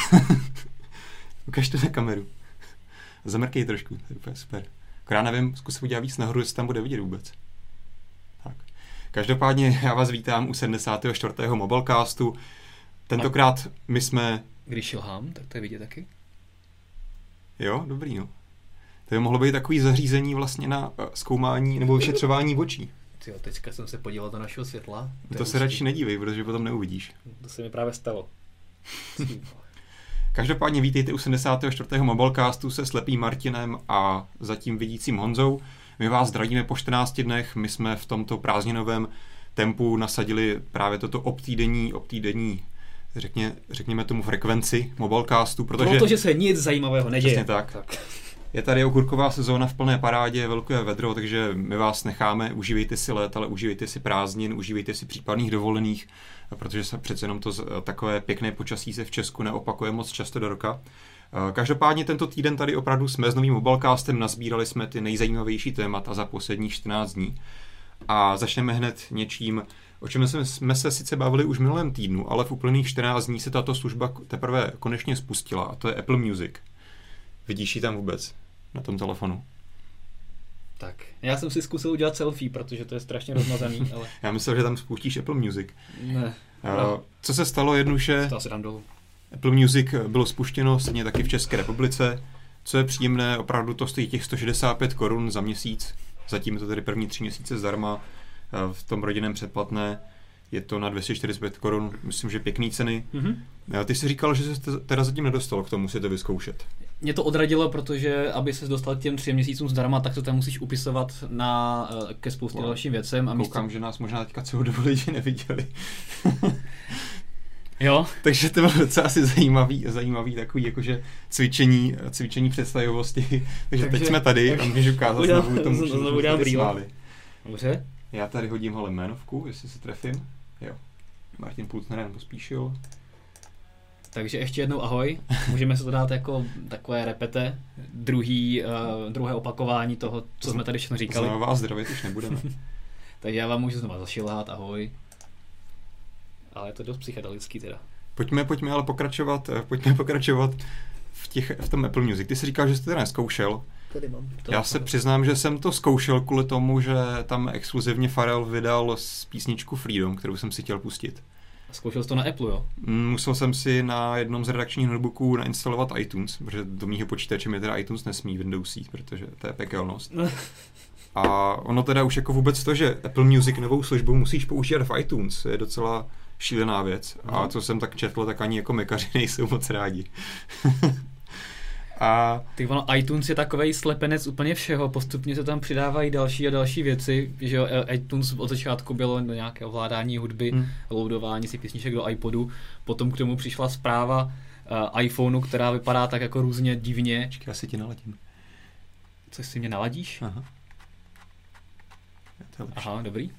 Ukaž to na kameru. Zamrkej trošku, to je úplně super. Já nevím, zkus udělat víc nahoru, jestli tam bude vidět vůbec. Tak. Každopádně já vás vítám u 74. Mobilecastu. Tentokrát my jsme... Když šilhám, tak to je vidět taky. Jo, dobrý, no. To by mohlo být takový zařízení vlastně na zkoumání nebo vyšetřování očí. Jo, teďka jsem se podíval do našeho světla. To se radši nedívej, protože potom neuvidíš. To se mi právě stalo. Každopádně vítejte u 74. Mobilecastu se slepým Martinem a zatím vidícím Honzou. My vás zdravíme po 14 dnech, my jsme v tomto prázdninovém tempu nasadili právě toto obtýdenní řekněme tomu frekvenci Mobilecastu, protože se nic zajímavého neděje. Přesně tak. Je tady okurková sezóna v plné parádě, velké vedro, takže my vás necháme, užívejte si let, ale užívejte si prázdnin, užívejte si případných dovolených, protože se přece jenom to takové pěkné počasí se v Česku neopakuje moc často do roka. Každopádně tento týden tady opravdu jsme s novým Mobilecastem, nazbírali jsme ty nejzajímavější témata za posledních 14 dní. A začneme hned něčím, o čem jsme se sice bavili už v minulém týdnu, ale v uplynulých 14 dní se tato služba teprve konečně spustila, a to je Apple Music. Vidíš ji tam vůbec na tom telefonu? Tak, já jsem si zkusil udělat selfie, protože to je strašně rozmazaný, ale... Já myslel, že tam spustíš Apple Music. Ne. Co se stalo jednoduše? To asi dám dolů. Apple Music bylo spuštěno, stejně taky v České republice. Co je příjemné, opravdu to stojí těch 165 korun za měsíc. Zatím je to tedy první 3 měsíce zdarma. V tom rodinném předplatné je to na 245 korun. Myslím, že pěkný ceny. Mm-hmm. Ty jsi říkal, že jsi teda zatím nedostal k tomu si to vyzkoušet. Mě to odradilo, protože aby ses dostal k těm 3 měsícům zdarma, tak to tam musíš upisovat ke spoustě dalším věcem. A koukám, že nás možná teďka celou dobu lidi neviděli. Jo. Takže to bylo docela asi zajímavý takový jakože cvičení představivosti. Takže teď jsme tady a můžeš ukázat znovu tomu, že jsme smáli. Dobře. Já tady hodím holem jménovku, jestli se trefím. Jo. Martin Pultner pospíšil. Takže ještě jednou ahoj. Můžeme se to dát jako takové repete. Druhé opakování toho, co jsme tady všechno říkali. Znamená vás zdravit už nebudeme. Takže já vám můžu znovu zašilhat, ahoj. Ale je to dost psychedelický teda. Pojďme ale pokračovat v tom Apple Music. Ty jsi říkal, že jsi to teda nezkoušel. Tady mám. Já se přiznám, že jsem to zkoušel kvůli tomu, že tam exkluzivně Pharrell vydal písničku Freedom, kterou jsem si chtěl pustit. Zkoušel jsi to na Apple, jo? Musel jsem si na jednom z redakčních notebooků nainstalovat iTunes, protože do mýho počítače mi teda iTunes nesmí Windowsí, protože to je pekelnost. A ono teda už jako vůbec to, že Apple Music novou službu musíš používat v iTunes, je docela šílená věc. A co jsem tak četl, tak ani jako mekaři nejsou moc rádi. Ty iTunes je takovej slepenec úplně všeho, postupně se tam přidávají další a další věci, že jo, iTunes od začátku bylo nějaké ovládání hudby, loadování si písniček do iPodu, potom k tomu přišla zpráva iPhoneu, která vypadá tak jako různě divně. Počkej, já si ti naladím. Co si mě naladíš? Aha. Aha, dobrý.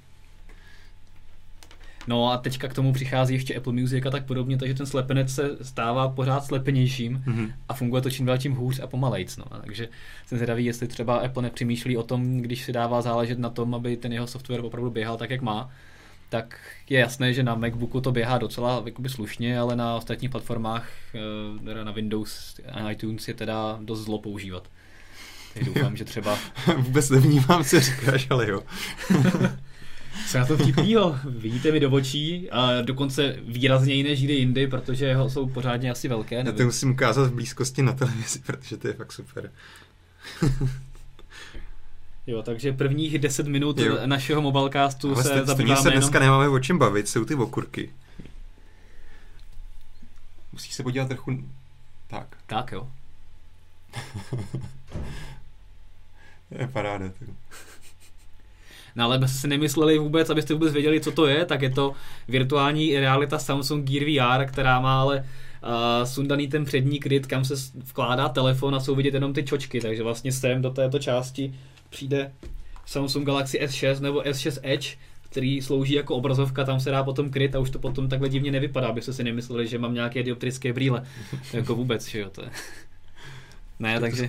No a teďka k tomu přichází ještě Apple Music a tak podobně, takže ten slepenec se stává pořád slepenějším a funguje to čím dál tím hůř a pomalejc. No. Takže jsem zvědavý, jestli třeba Apple nepřemýšlí o tom, když si dává záležet na tom, aby ten jeho software opravdu běhal tak, jak má, tak je jasné, že na MacBooku to běhá docela jakoby slušně, ale na ostatních platformách, na Windows a na iTunes je teda dost zlo používat. Takže doufám, že třeba... Vůbec nevnímám, co říkáš, ale jo. Co na to vtipnýho? Vidíte mi do očí a dokonce výrazněji než jindy, protože jsou pořádně asi velké. Já to musím ukázat v blízkosti na televizi, protože to je fakt super. Jo, takže prvních 10 minut našeho Mobilecastu ale se zabýváme se dneska nemáme o čem bavit, jsou ty okurky. Musíš se podívat trochu... Tak. Tak jo. Je paráda. No ale abyste si nemysleli vůbec, abyste vůbec věděli, co to je, tak je to virtuální realita Samsung Gear VR, která má ale sundaný ten přední kryt, kam se vkládá telefon a jsou vidět jenom ty čočky, takže vlastně sem do této části přijde Samsung Galaxy S6 nebo S6 Edge, který slouží jako obrazovka, tam se dá potom kryt a už to potom takhle divně nevypadá, abyste si nemysleli, že mám nějaké dioptrické brýle. Jako vůbec, že jo, to je. Ne, takže...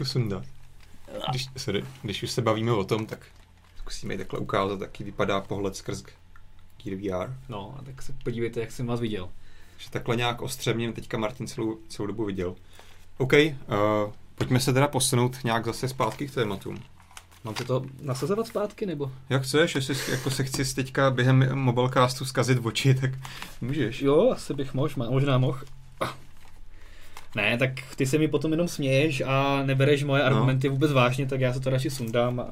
Když už se bavíme o tom, tak zkusíme ji takhle ukázat, jaký vypadá pohled skrz Gear VR. No, a tak se podívejte, jak jsem vás viděl. že takhle nějak ostře mě teďka Martin celou dobu viděl. OK, pojďme se teda posunout nějak zase zpátky k tématům. Mám si to nasazovat zpátky, nebo? Jak chceš, jestli jako se chci teďka během Mobilecastu zkazit oči, tak můžeš. Jo, asi bych možná mohl. Ne, tak ty se mi potom jenom směješ a nebereš moje argumenty vůbec vážně, tak já se to radši sundám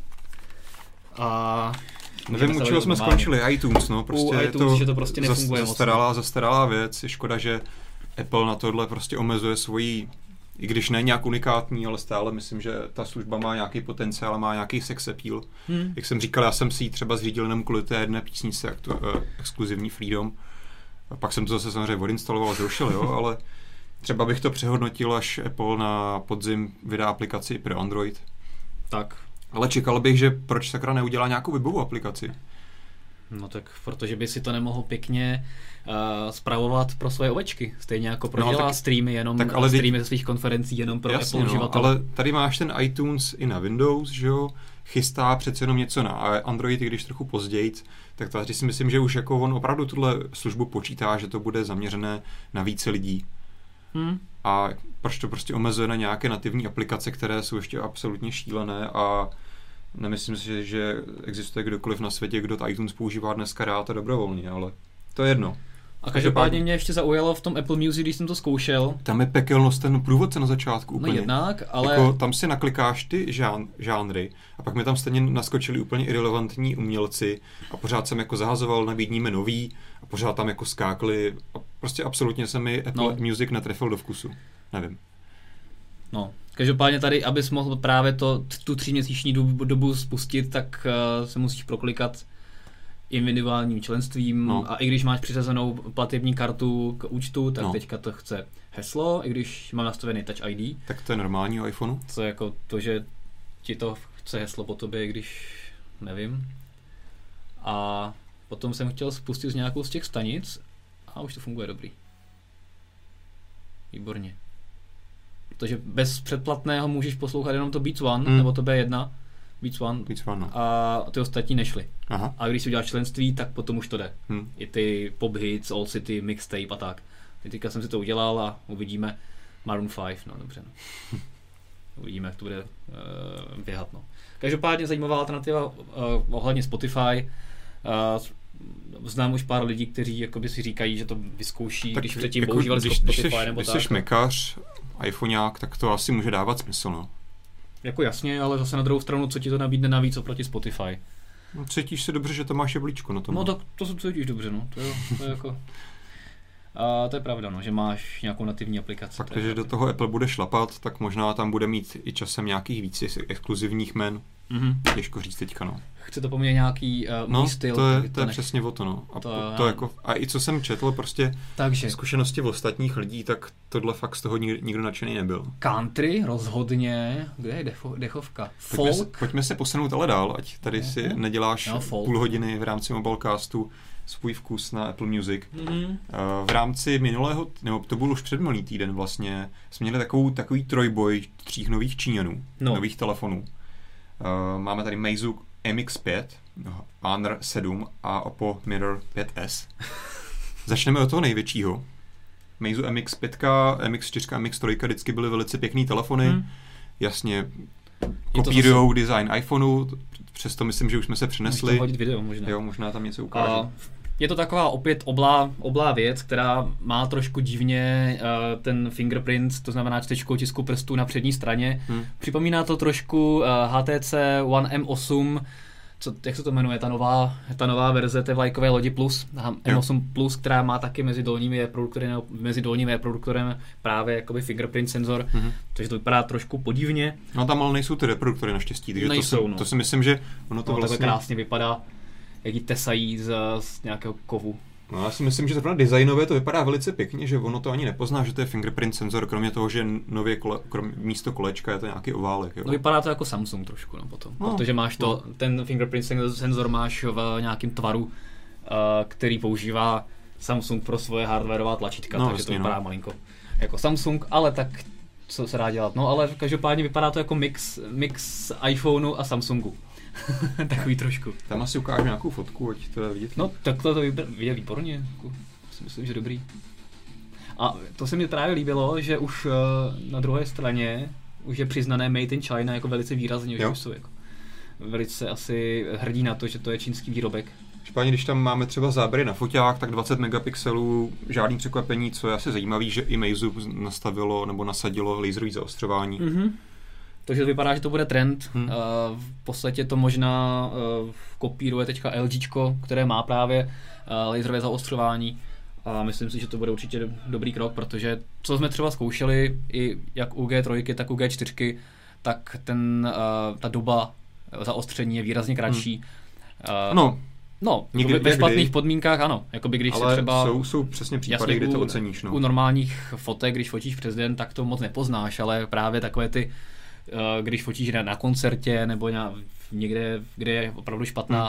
a nevím, u čeho jsme skončili, iTunes, no, prostě iTunes, že to prostě nefunguje zastaralá věc, je škoda, že Apple na tohle prostě omezuje svoji, i když ne nějak unikátní, ale stále myslím, že ta služba má nějaký potenciál, má nějaký sex appeal. Jak jsem říkal, já jsem si ji třeba zřídil jenom kvůli té jedné písničce, exkluzivní Freedom, a pak jsem to zase samozřejmě odinstaloval a zrušil, jo, ale třeba bych to přehodnotil, až Apple na podzim vydá aplikaci pro Android. Tak. Ale čekal bych, že proč sakra neudělá nějakou webovou aplikaci. No tak, protože by si to nemohl pěkně spravovat pro svoje ovečky. Stejně jako prodělá streamy jenom streamy ze svých konferencí jenom pro jasně, Apple uživatele. Ale tady máš ten iTunes i na Windows, že jo? Chystá přece jenom něco na Android, i když trochu později, tak tady si myslím, že už jako on opravdu tuhle službu počítá, že to bude zaměřené na více lidí. A proč to prostě omezuje na nějaké nativní aplikace, které jsou ještě absolutně šílené a nemyslím si, že existuje kdokoliv na světě, kdo iTunes používá dneska rád a dobrovolně, ale to je jedno. A každopádně mě ještě zaujalo v tom Apple Music, když jsem to zkoušel. Tam je pekelnost ten průvodce na začátku úplně. No jednak, ale... Jako, tam si naklikáš ty žánry a pak mi tam stejně naskočili úplně irelevantní umělci a pořád jsem jako zahazoval, nabídníme nový a pořád tam jako skákli a prostě absolutně se mi Apple Music netrefil do vkusu. Nevím. No, každopádně tady, abys mohl právě tu 3měsíční dobu spustit, tak se musíš proklikat individuálním členstvím a i když máš přiřazenou platební kartu k účtu, tak teďka to chce heslo, i když mám nastavený Touch ID. Tak to je normální u iPhoneu? To je jako to, že ti to chce heslo po tobě, i když nevím. A potom jsem chtěl spustit z nějakou z těch stanic a už to funguje dobrý. Výborně. Protože bez předplatného můžeš poslouchat jenom to Beats One, nebo to B1, Beats One, no. A ty ostatní nešly. Aha. A když si uděláš členství, tak potom už to jde. I ty pop hits, All City, mixtape a tak. Teďka jsem si to udělal a uvidíme Maroon 5, no dobře. No. Uvidíme, jak to bude běhat. No. Každopádně zajímavá alternativa ohledně Spotify. Znám už pár lidí, kteří jakoby si říkají, že to vyzkouší, tak když předtím jako, používali Spotify nebo tak. Když jsi mekař, iPhoneák, tak to asi může dávat smysl, no. Jako jasně, ale zase na druhou stranu, co ti to nabídne navíc oproti Spotify? No, cítíš se dobře, že to máš jablíčko na tom. No tak to se cítíš dobře, no. To je jako... A to je pravda, no, že máš nějakou nativní aplikaci. Tak, že do toho Apple bude šlapat, tak možná tam bude mít i časem nějakých víc exkluzivních jmen. Těžko říct teďka, no. Chce to po mně nějaký můj styl. To je přesně o to, no. A i co jsem četl, prostě zkušenosti v ostatních lidí, tak tohle fakt z toho nikdo nadšený nebyl. Country rozhodně, kde je dechovka? Folk? Pojďme se posunout ale dál, ať tady si neděláš půl hodiny v rámci Mobilecastu svůj vkus na Apple Music. V rámci minulého, nebo to byl už předminulý týden vlastně, jsme měli takový trojboj 3 nových Číňanů, nových telefonů. Máme tady Meizu MX5, Honor 7 a Oppo Mirror 5S. Začneme od toho největšího. Meizu MX5, MX4, MX3 vždycky byly velice pěkný telefony. Jasně kopírujou design iPhoneu, přesto myslím, že už jsme se přenesli. Můžete hodit video možná. Jo, možná tam něco ukážu. Je to taková opět oblá věc, která má trošku divně ten fingerprint, to znamená čtečku otisku prstů na přední straně. Připomíná to trošku HTC One M8, jak se to jmenuje, ta nová verze té vlajkové lodi Plus, M8 Plus, která má taky mezi dolním reproduktorem právě jakoby fingerprint senzor, takže to vypadá trošku podivně. No tam ale nejsou ty reproduktory naštěstí, takže to si myslím, že ono to vlastně... takhle krásně vypadá, jak ji tesají z nějakého kovu. No já si myslím, že zrovna designově to vypadá velice pěkně, že ono to ani nepozná, že to je fingerprint senzor, kromě toho, že nově místo kolečka je to nějaký oválek. Jo? No vypadá to jako Samsung trošku, no potom, protože máš ten fingerprint senzor máš v nějakém tvaru, který používá Samsung pro svoje hardwareová tlačítka, takže vlastně, to vypadá malinko jako Samsung, ale tak co se dá dělat. No ale každopádně vypadá to jako mix iPhoneu a Samsungu. Takový trošku. Tam asi ukážu nějakou fotku, ať to je vidět. No, tak to je výborně. Si myslím, že dobrý. A to se mi právě líbilo, že už na druhé straně už je přiznané Made in China jako velice výrazně, že už jsou jako velice asi hrdí na to, že to je čínský výrobek. Špatně, když tam máme třeba záběry na foťák, tak 20 megapixelů, žádný překvapení, co je asi zajímavý, že i Meizu nastavilo nebo nasadilo laserový zaostřování. Takže to vypadá, že to bude trend. V podstatě to možná kopíruje teďka LGčko, které má právě laserové zaostřování. A myslím si, že to bude určitě dobrý krok, protože co jsme třeba zkoušeli i jak u G3, tak u G4, tak ta doba zaostření je výrazně kratší. Ve špatných podmínkách ano. Jakoby, když ale se třeba, jsou přesně případy, kdy to oceníš. No. U normálních fotek, když fotíš přes den, tak to moc nepoznáš, ale právě takové ty, když fotíš na koncertě nebo někde, kde je opravdu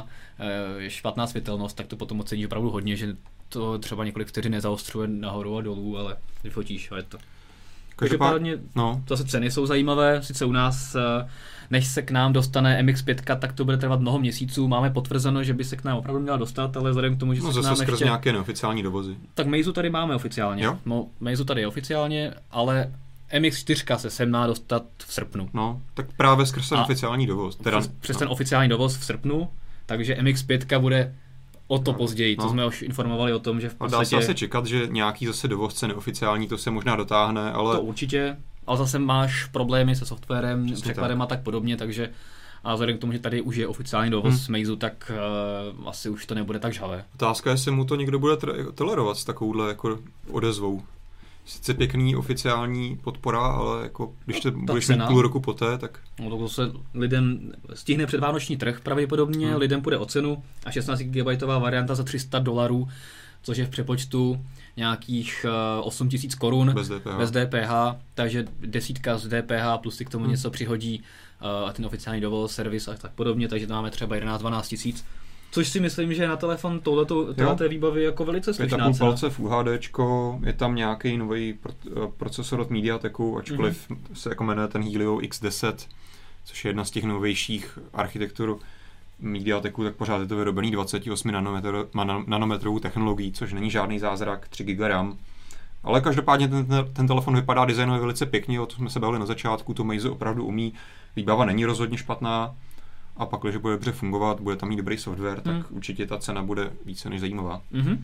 špatná světelnost, tak to potom oceníš opravdu hodně, že to třeba několik vteřin nezaostřuje nahoru a dolů, ale vyfotíš a je to. Každopádně zase ceny jsou zajímavé, sice u nás, než se k nám dostane MX5, tak to bude trvat mnoho měsíců, máme potvrzeno, že by se k nám opravdu měla dostat, ale vzhledem k tomu, že se k nám skrz nějaké neoficiální dovozy. Tak Meizu tady máme oficiálně, Meizu tady je oficiálně, ale MX4 se sem má dostat v srpnu. No, tak právě skrz ten oficiální dovoz. Přes ten oficiální dovoz v srpnu, takže MX5 bude o to později, co jsme už informovali o tom, že v podstatě... A dá se asi čekat, že nějaký zase dovozce neoficiální, to se možná dotáhne, ale... To určitě, ale zase máš problémy se softwarem, překladem a tak podobně, takže a vzhledem k tomu, že tady už je oficiální dovoz z Meizu, tak asi už to nebude tak žhavé. Otázka je, jestli mu to někdo bude tolerovat s takovouhle jako odezvou. Sice pěkný oficiální podpora, ale jako když to budeš mít půl roku poté, tak... No to se lidem stihne předvánoční trh pravděpodobně, lidem půjde o cenu a 16 GB varianta za $300, což je v přepočtu nějakých 8 000 korun bez DPH, takže 10 z DPH plus si k tomu něco přihodí a ten oficiální dovoz, servis a tak podobně, takže tam máme třeba 11-12 tisíc. Což si myslím, že na telefon tohleté výbavy jako velice slušná cena. 5,5 palce v UHDčko, je tam nějaký nový procesor od MediaTeku, ačkoliv se jako jmenuje ten Helio X10, což je jedna z těch novějších architektur MediaTeku, tak pořád je to vyrobený 28 nanometrovou technologií, což není žádný zázrak, 3 GB RAM. Ale každopádně ten telefon vypadá designově velice pěkně, o tom jsme se bavili na začátku, to Meizu opravdu umí, výbava není rozhodně špatná. A pak, když bude dobře fungovat, bude tam mít dobrý software, tak určitě ta cena bude více než zajímavá.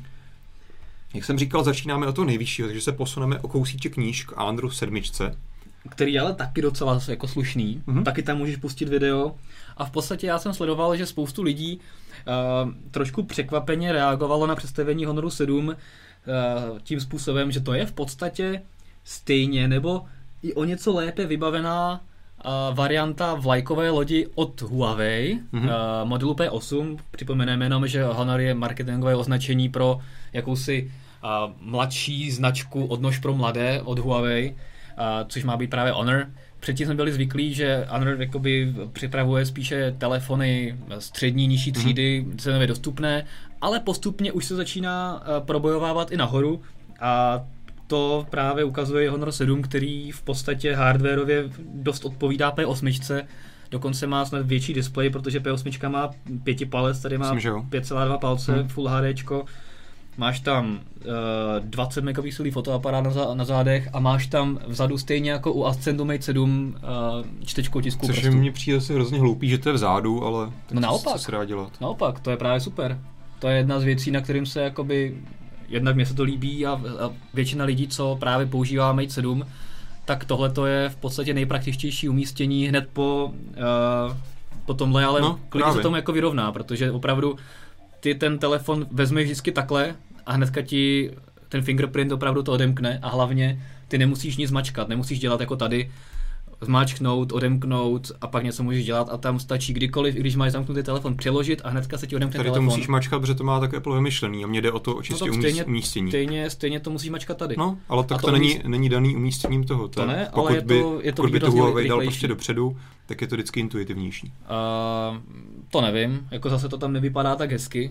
Jak jsem říkal, začínáme od toho nejvyššího, takže se posuneme o kousíček níž k Andru 7. Který je ale taky docela jako slušný. Taky tam můžeš pustit video. A v podstatě já jsem sledoval, že spoustu lidí trošku překvapeně reagovalo na představení Honoru 7 tím způsobem, že to je v podstatě stejně nebo i o něco lépe vybavená varianta vlajkové lodi od Huawei, modelu P8. Připomeneme jenom, že Honor je marketingové označení pro jakousi mladší značku odnož pro mladé od Huawei, což má být právě Honor. Předtím jsme byli zvyklí, že Honor jakoby připravuje spíše telefony střední, nižší třídy, cenově dostupné, ale postupně už se začíná probojovávat i nahoru a to právě ukazuje Honor 7, který v podstatě hardwarově dost odpovídá P8, dokonce má snad větší displej, protože P8 má 5 palec, tady má 5,2 palce, Full HDčko. Máš tam 20 megapixelový fotoaparát na zádech a máš tam vzadu stejně jako u Ascendu Mate 7 čtečkou tisku prstu. Což mi přijde asi hrozně hloupý, že to je vzadu, ale naopak, co se dá dělat. Naopak, to je právě super. To je jedna z věcí, na kterým se jakoby jednak mně se to líbí a většina lidí, co právě používá Mate 7, tak tohle to je v podstatě nejpraktičtější umístění hned po tomhle, ale klidně se tomu jako vyrovná, protože opravdu ty ten telefon vezmeš vždycky takhle a hnedka ti ten fingerprint opravdu to odemkne a hlavně ty nemusíš nic mačkat, nemusíš dělat jako tady, zmáčknout, odemknout a pak něco můžeš dělat a tam stačí kdykoliv, i když máš zamknutý telefon, přeložit a hnedka se ti odemkne telefon. Tady to musíš mačkat, protože to má tak Apple vymyšlený a mně jde o to čistě umístění. Stejně to musíš mačkat tady. No, ale tak to není daný umístěním toho. To ne, ale je to by to Huawei dal prostě dopředu, tak je to vždycky intuitivnější. To nevím, jako zase to tam nevypadá tak hezky.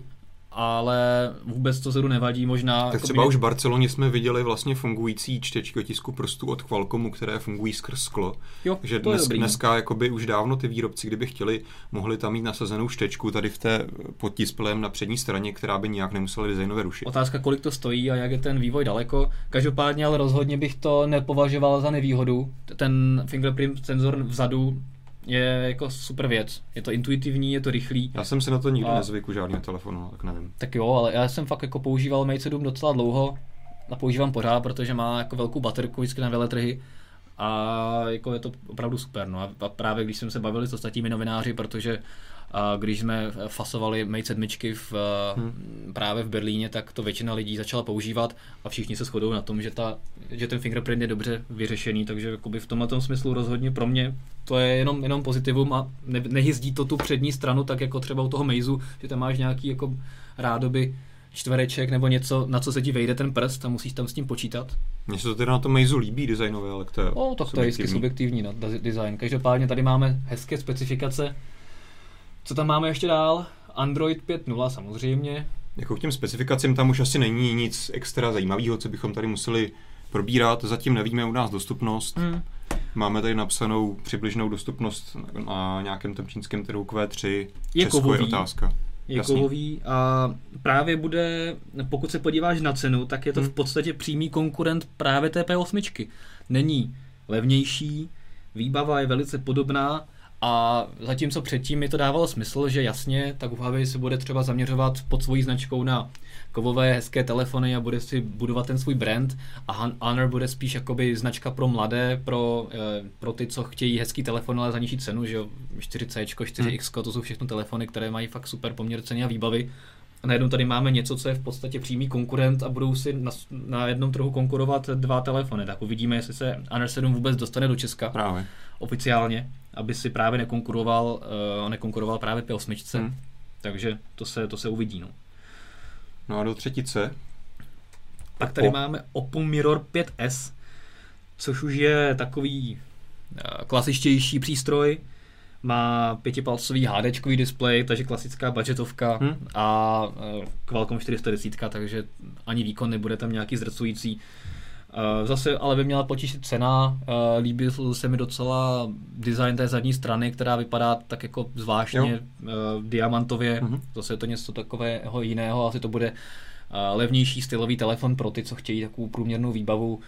ale vůbec to zadu nevadí, možná... Tak třeba už v Barceloně jsme viděli vlastně fungující čtečky otisku prstů od Qualcommu, které fungují skrz sklo. Jo, takže to je dobrý. Dneska jakoby už dávno ty výrobci, kdyby chtěli, mohli tam mít nasazenou čtečku tady v té pod displejem na přední straně, která by nějak nemusela designově rušit. Otázka, kolik to stojí a jak je ten vývoj daleko. Každopádně ale rozhodně bych to nepovažoval za nevýhodu. Ten fingerprint senzor vzadu je jako super věc. Je to intuitivní, je to rychlý. Já jsem si na to nikdy nezvykl žádného telefonu, tak nevím. Tak jo, ale já jsem fakt jako používal Mate 7 docela dlouho a používám pořád, protože má jako velkou baterku vždycky na veletrhy a jako je to opravdu super. No a právě když jsme se bavili s ostatními novináři, protože když jsme fasovali Mate 7 právě v Berlíně, tak to většina lidí začala používat a všichni se shodují na tom, že ten fingerprint je dobře vyřešený, takže v tomhle smyslu rozhodně pro mě to je jenom pozitivum a nehyzdí to tu přední stranu, tak jako třeba u toho Mateu, že tam máš nějaký jako rádoby čtvereček nebo něco, na co se ti vejde ten prst a musíš tam s tím počítat. Mně se to teda na tom Mateu líbí designové, ale to je tak to je vždycky subjektivní design. Každopádně tady máme hezké specifikace. Co tam máme ještě dál? Android 5.0 samozřejmě. Jako k těm specifikacím tam už asi není nic extra zajímavého, co bychom tady museli probírat. Zatím nevíme u nás dostupnost. Máme tady napsanou přibližnou dostupnost na nějakém tam čínském trhu Q3. Česko je otázka. Je kovový a právě bude, pokud se podíváš na cenu, tak je to v podstatě přímý konkurent právě té P8. Není levnější, výbava je velice podobná a zatímco předtím mi to dávalo smysl, že jasně, tak Huawei se bude třeba zaměřovat pod svojí značkou na kovové hezké telefony a bude si budovat ten svůj brand a Honor bude spíš jakoby značka pro mladé, pro ty, co chtějí hezký telefon, ale za nižší cenu, že jo, 4C, 4X, to jsou všechno telefony, které mají fakt super poměr ceny a výbavy. A najednou tady máme něco, co je v podstatě přímý konkurent a budou si na jednom trhu konkurovat dva telefony. Tak uvidíme, jestli se Honor 7 vůbec dostane do Česka právě oficiálně, aby si právě nekonkuroval právě P8. Takže to se uvidí. No a do třetice? Tak tady máme Oppo Mirror 5S, což už je takový klasičtější přístroj. Má 5palcový HDčkový displej, takže klasická budgetovka a Qualcomm 410, takže ani výkon nebude tam nějaký zdrcující. Zase ale by měla potěšit cena, líbil se mi docela design té zadní strany, která vypadá tak jako zvláštně diamantově, zase je to něco takového jiného, asi to bude levnější stylový telefon pro ty, co chtějí takovou průměrnou výbavu.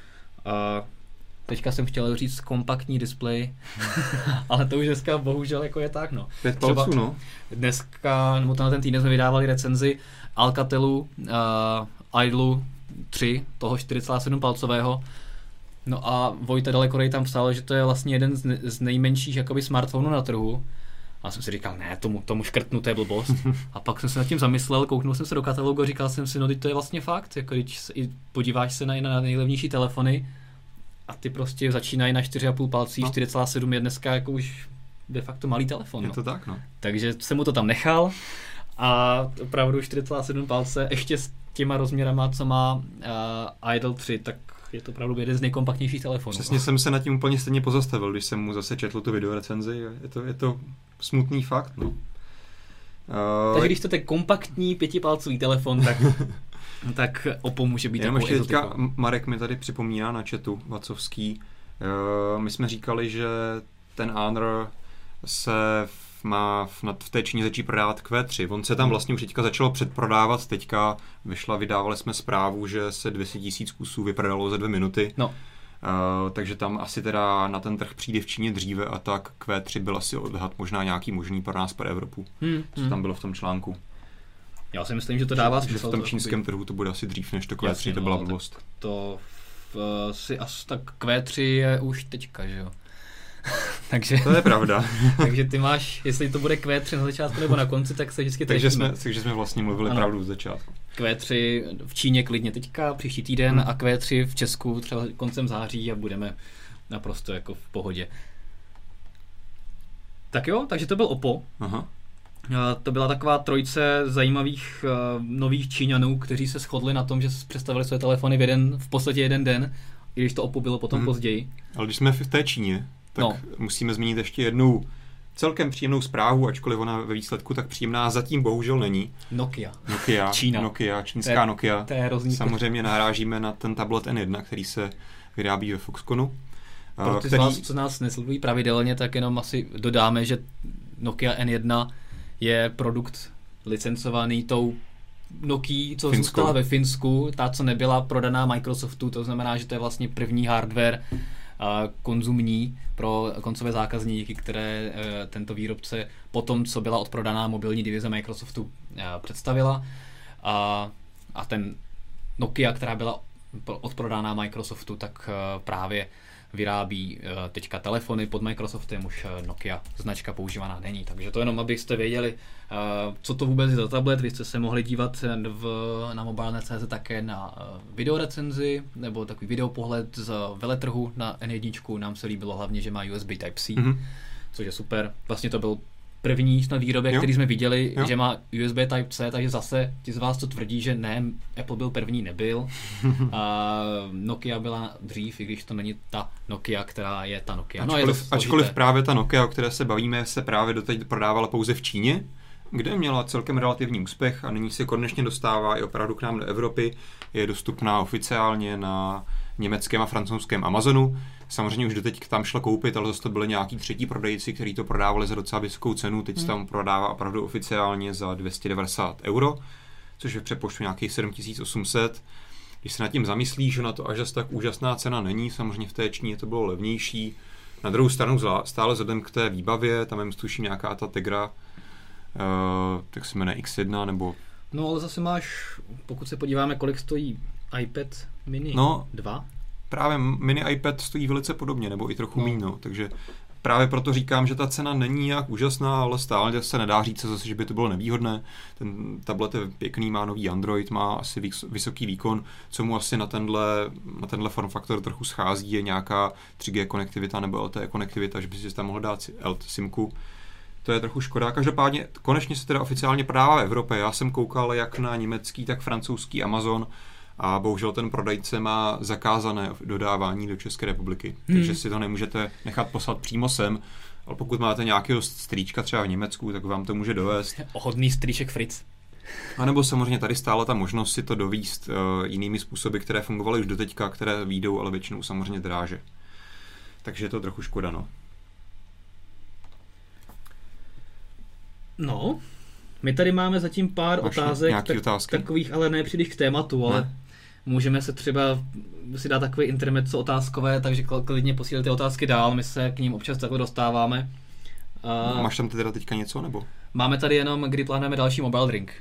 Teďka jsem chtěl říct kompaktní displej, ale to už dneska bohužel jako je tak, no. 5 palců, no. Dneska, nebo ten týden jsme vydávali recenzi Alcatelu Idolu 3, toho 4,7 palcového. No a Vojta Dalekorej tam psal, že to je vlastně jeden z nejmenších jakoby smartphonů na trhu. A jsem si říkal, ne, tomu škrtnu, to je blbost. A pak jsem se nad tím zamyslel, kouknul jsem se do katalogu a říkal jsem si, no to je vlastně fakt, jako když podíváš se na nejlevnější telefony a ty prostě začínají na 4,5 palcích, 4,7 je dneska jako už de facto malý telefon. Je to tak, no. Takže jsem mu to tam nechal a opravdu 4,7 palce, ještě s těma rozměrama, co má Idol 3, tak je to opravdu jeden z nejkompaktnějších telefonů. Přesně jsem se nad tím úplně stejně pozastavil, když jsem mu zase četl tu videorecenzi. Je to smutný fakt, no. Takže když to je kompaktní 5palcový telefon, tak Oppo může být takovou exotikou. Marek mi tady připomíná na chatu Vacovský. My jsme říkali, že ten Honor se v té Číně začí prodávat Q3. On se tam vlastně už teďka začalo předprodávat, teďka vydávali jsme zprávu, že se 200 000 kusů vyprodalo za 2 minuty. No. Takže tam asi teda na ten trh přijde v Číně dříve a tak Q3 byl asi odhad možná nějaký možný pro nás, pro Evropu. Co tam bylo v tom článku. Já si myslím, že to dává smysl. Že v tom čínském trhu to bude asi dřív než to Q3, jasně, to byla blbost. Tak Q3 je už teďka, že jo. Takže, to je pravda. Takže ty máš, jestli to bude Q3 na začátku nebo na konci, tak se vždycky trefíme. Takže jsme vlastně mluvili pravdu z začátku. Q3 v Číně klidně teďka, příští týden a Q3 v Česku třeba koncem září a budeme naprosto jako v pohodě. Tak jo, takže to byl Oppo. Aha. To byla taková trojice zajímavých nových Číňanů, kteří se shodli na tom, že představili své telefony v podstatě jeden den, i když to Oppo bylo potom později. Ale když jsme v té Číně, tak musíme zmínit ještě jednu celkem příjemnou zprávu, ačkoliv ona ve výsledku tak příjemná zatím bohužel není. Nokia. Čína. Nokia, čínská Nokia. To je hrozný. Samozřejmě narážíme na ten tablet N1, který se vyrábí ve Foxconnu. Pro ty z vás, co nás nesledují pravidelně, tak jenom asi dodáme, že Nokia N1 je produkt licencovaný tou Nokia, co zůstala ve Finsku, ta, co nebyla prodaná Microsoftu, to znamená, že to je vlastně první hardware konzumní pro koncové zákazníky, které tento výrobce potom, co byla odprodaná mobilní divize Microsoftu, představila. A ten Nokia, která byla odprodaná Microsoftu, tak právě vyrábí teďka telefony pod Microsoftem, už Nokia značka používaná není. Takže to jenom, abyste věděli, co to vůbec je za tablet. Vy jste se mohli dívat na mobilnet.cz také na videorecenzi, nebo takový videopohled z veletrhu na N1. Nám se líbilo hlavně, že má USB Type-C, což je super. Vlastně to byl první snad výrobek, který jsme viděli, že má USB Type-C, takže zase ti z vás, co tvrdí, že ne, Apple byl první, nebyl. Nokia byla dřív, i když to není ta Nokia, která je ta Nokia. Ačkoliv právě ta Nokia, o které se bavíme, se právě doteď prodávala pouze v Číně, kde měla celkem relativní úspěch a nyní se konečně dostává i opravdu k nám do Evropy. Je dostupná oficiálně na německém a francouzském Amazonu. Samozřejmě už doteď tam šlo koupit, ale zase to byly nějaký třetí prodejci, kteří to prodávali za docela vysokou cenu. Teď se tam prodává opravdu oficiálně za 290 €, což je v přepočtu nějakých 7800. Když se nad tím zamyslíš, že na to až zase tak úžasná cena není, samozřejmě v té Číně to bylo levnější. Na druhou stranu stále vzhledem k té výbavě, tam je tuším nějaká ta Tegra, tak se jmenuje X1 nebo... No ale zase máš, pokud se podíváme, kolik stojí iPad mini 2? Právě mini iPad stojí velice podobně, nebo i trochu míň, takže právě proto říkám, že ta cena není nějak úžasná, ale stále se nedá říct zase, že by to bylo nevýhodné. Ten tablet je pěkný, má nový Android, má asi vysoký výkon, co mu asi na tenhle form faktor trochu schází, je nějaká 3G konektivita nebo LTE konektivita, že by si tam mohl dát SIMku. To je trochu škoda. Každopádně konečně se teda oficiálně prodává v Evropě. Já jsem koukal jak na německý, tak francouzský Amazon a bohužel ten prodejce má zakázané dodávání do České republiky. Takže si to nemůžete nechat poslat přímo sem, ale pokud máte nějakého strýčka třeba v Německu, tak vám to může dovést. Ohodný strýček Fritz. A nebo samozřejmě tady stála ta možnost si to dovízt jinými způsoby, které fungovaly už doteďka, které výjdou, ale většinou samozřejmě dráže. Takže je to trochu škoda, no. No, my tady máme zatím pár otázek, takových, ale ne příliš k tématu, ale můžeme se třeba si dát takový intermezzo otázkové, takže klidně posílejte otázky dál, my se k ním občas takhle dostáváme. Máš tam teda teďka něco, nebo? Máme tady jenom, kdy plánujeme další mobile drink.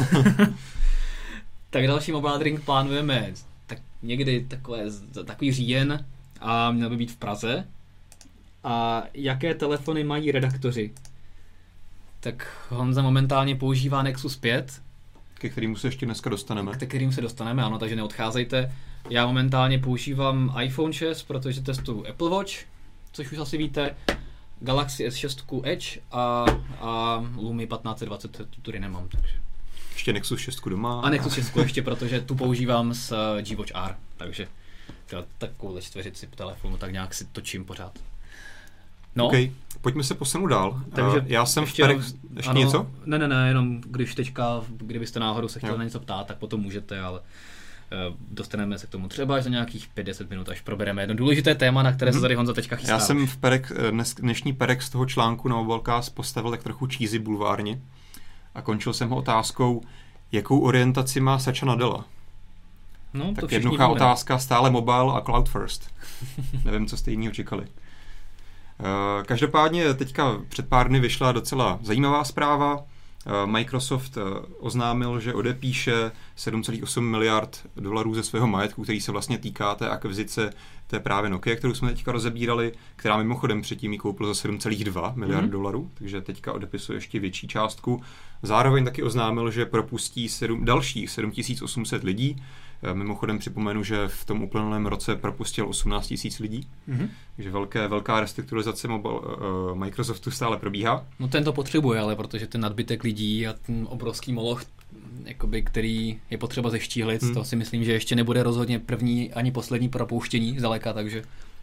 Tak další mobile drink plánujeme tak někdy takový říjen a měl by být v Praze. A jaké telefony mají redaktoři? Tak Honza momentálně používá Nexus 5. Ke kterému se ještě dneska dostaneme. Ke kterým se dostaneme, ano, takže neodcházejte. Já momentálně používám iPhone 6, protože testuju Apple Watch, což už asi víte, Galaxy S6 Edge a Lumi 1520, tu tady nemám, takže. Ještě Nexus 6 doma. A Nexus 6 ještě, protože tu používám s G-Watch R, takže takovou čtveřici telefonu, tak nějak si točím pořád. No. Okay. Pojďme se posunout dál. Takže já jsem ještě něco? Ne, jenom kdybyste náhodou se chtěli na něco ptát, tak potom můžete, ale dostaneme se k tomu třeba až za nějakých 50 minut, až probereme jedno důležité téma, na které se tady Honza teďka chystá. Já jsem v dnešní perek z toho článku na Mobilecast postavil tak trochu cheesy bulvárně a končil jsem ho otázkou, jakou orientaci má Satya Nadella. No, tak jednoduchá otázka, stále mobile a cloud first. Nevím, co jste jiného čekali. Každopádně teďka před pár dny vyšla docela zajímavá zpráva. Microsoft oznámil, že odepíše 7,8 miliard dolarů ze svého majetku, který se vlastně týká té akvizice té právě Nokia, kterou jsme teďka rozebírali, která mimochodem předtím ji koupil za 7,2 miliard dolarů, takže teďka odepisuje ještě větší částku. Zároveň taky oznámil, že propustí dalších 7800 lidí. Mimochodem připomenu, že v tom uplynulém roce propustil 18 000 lidí, takže velká restrukturizace Microsoftu stále probíhá. No ten to potřebuje, ale protože ten nadbytek lidí a ten obrovský moloch, jakoby, který je potřeba zeštíhlit, to si myslím, že ještě nebude rozhodně první ani poslední propouštění zdaleka, takže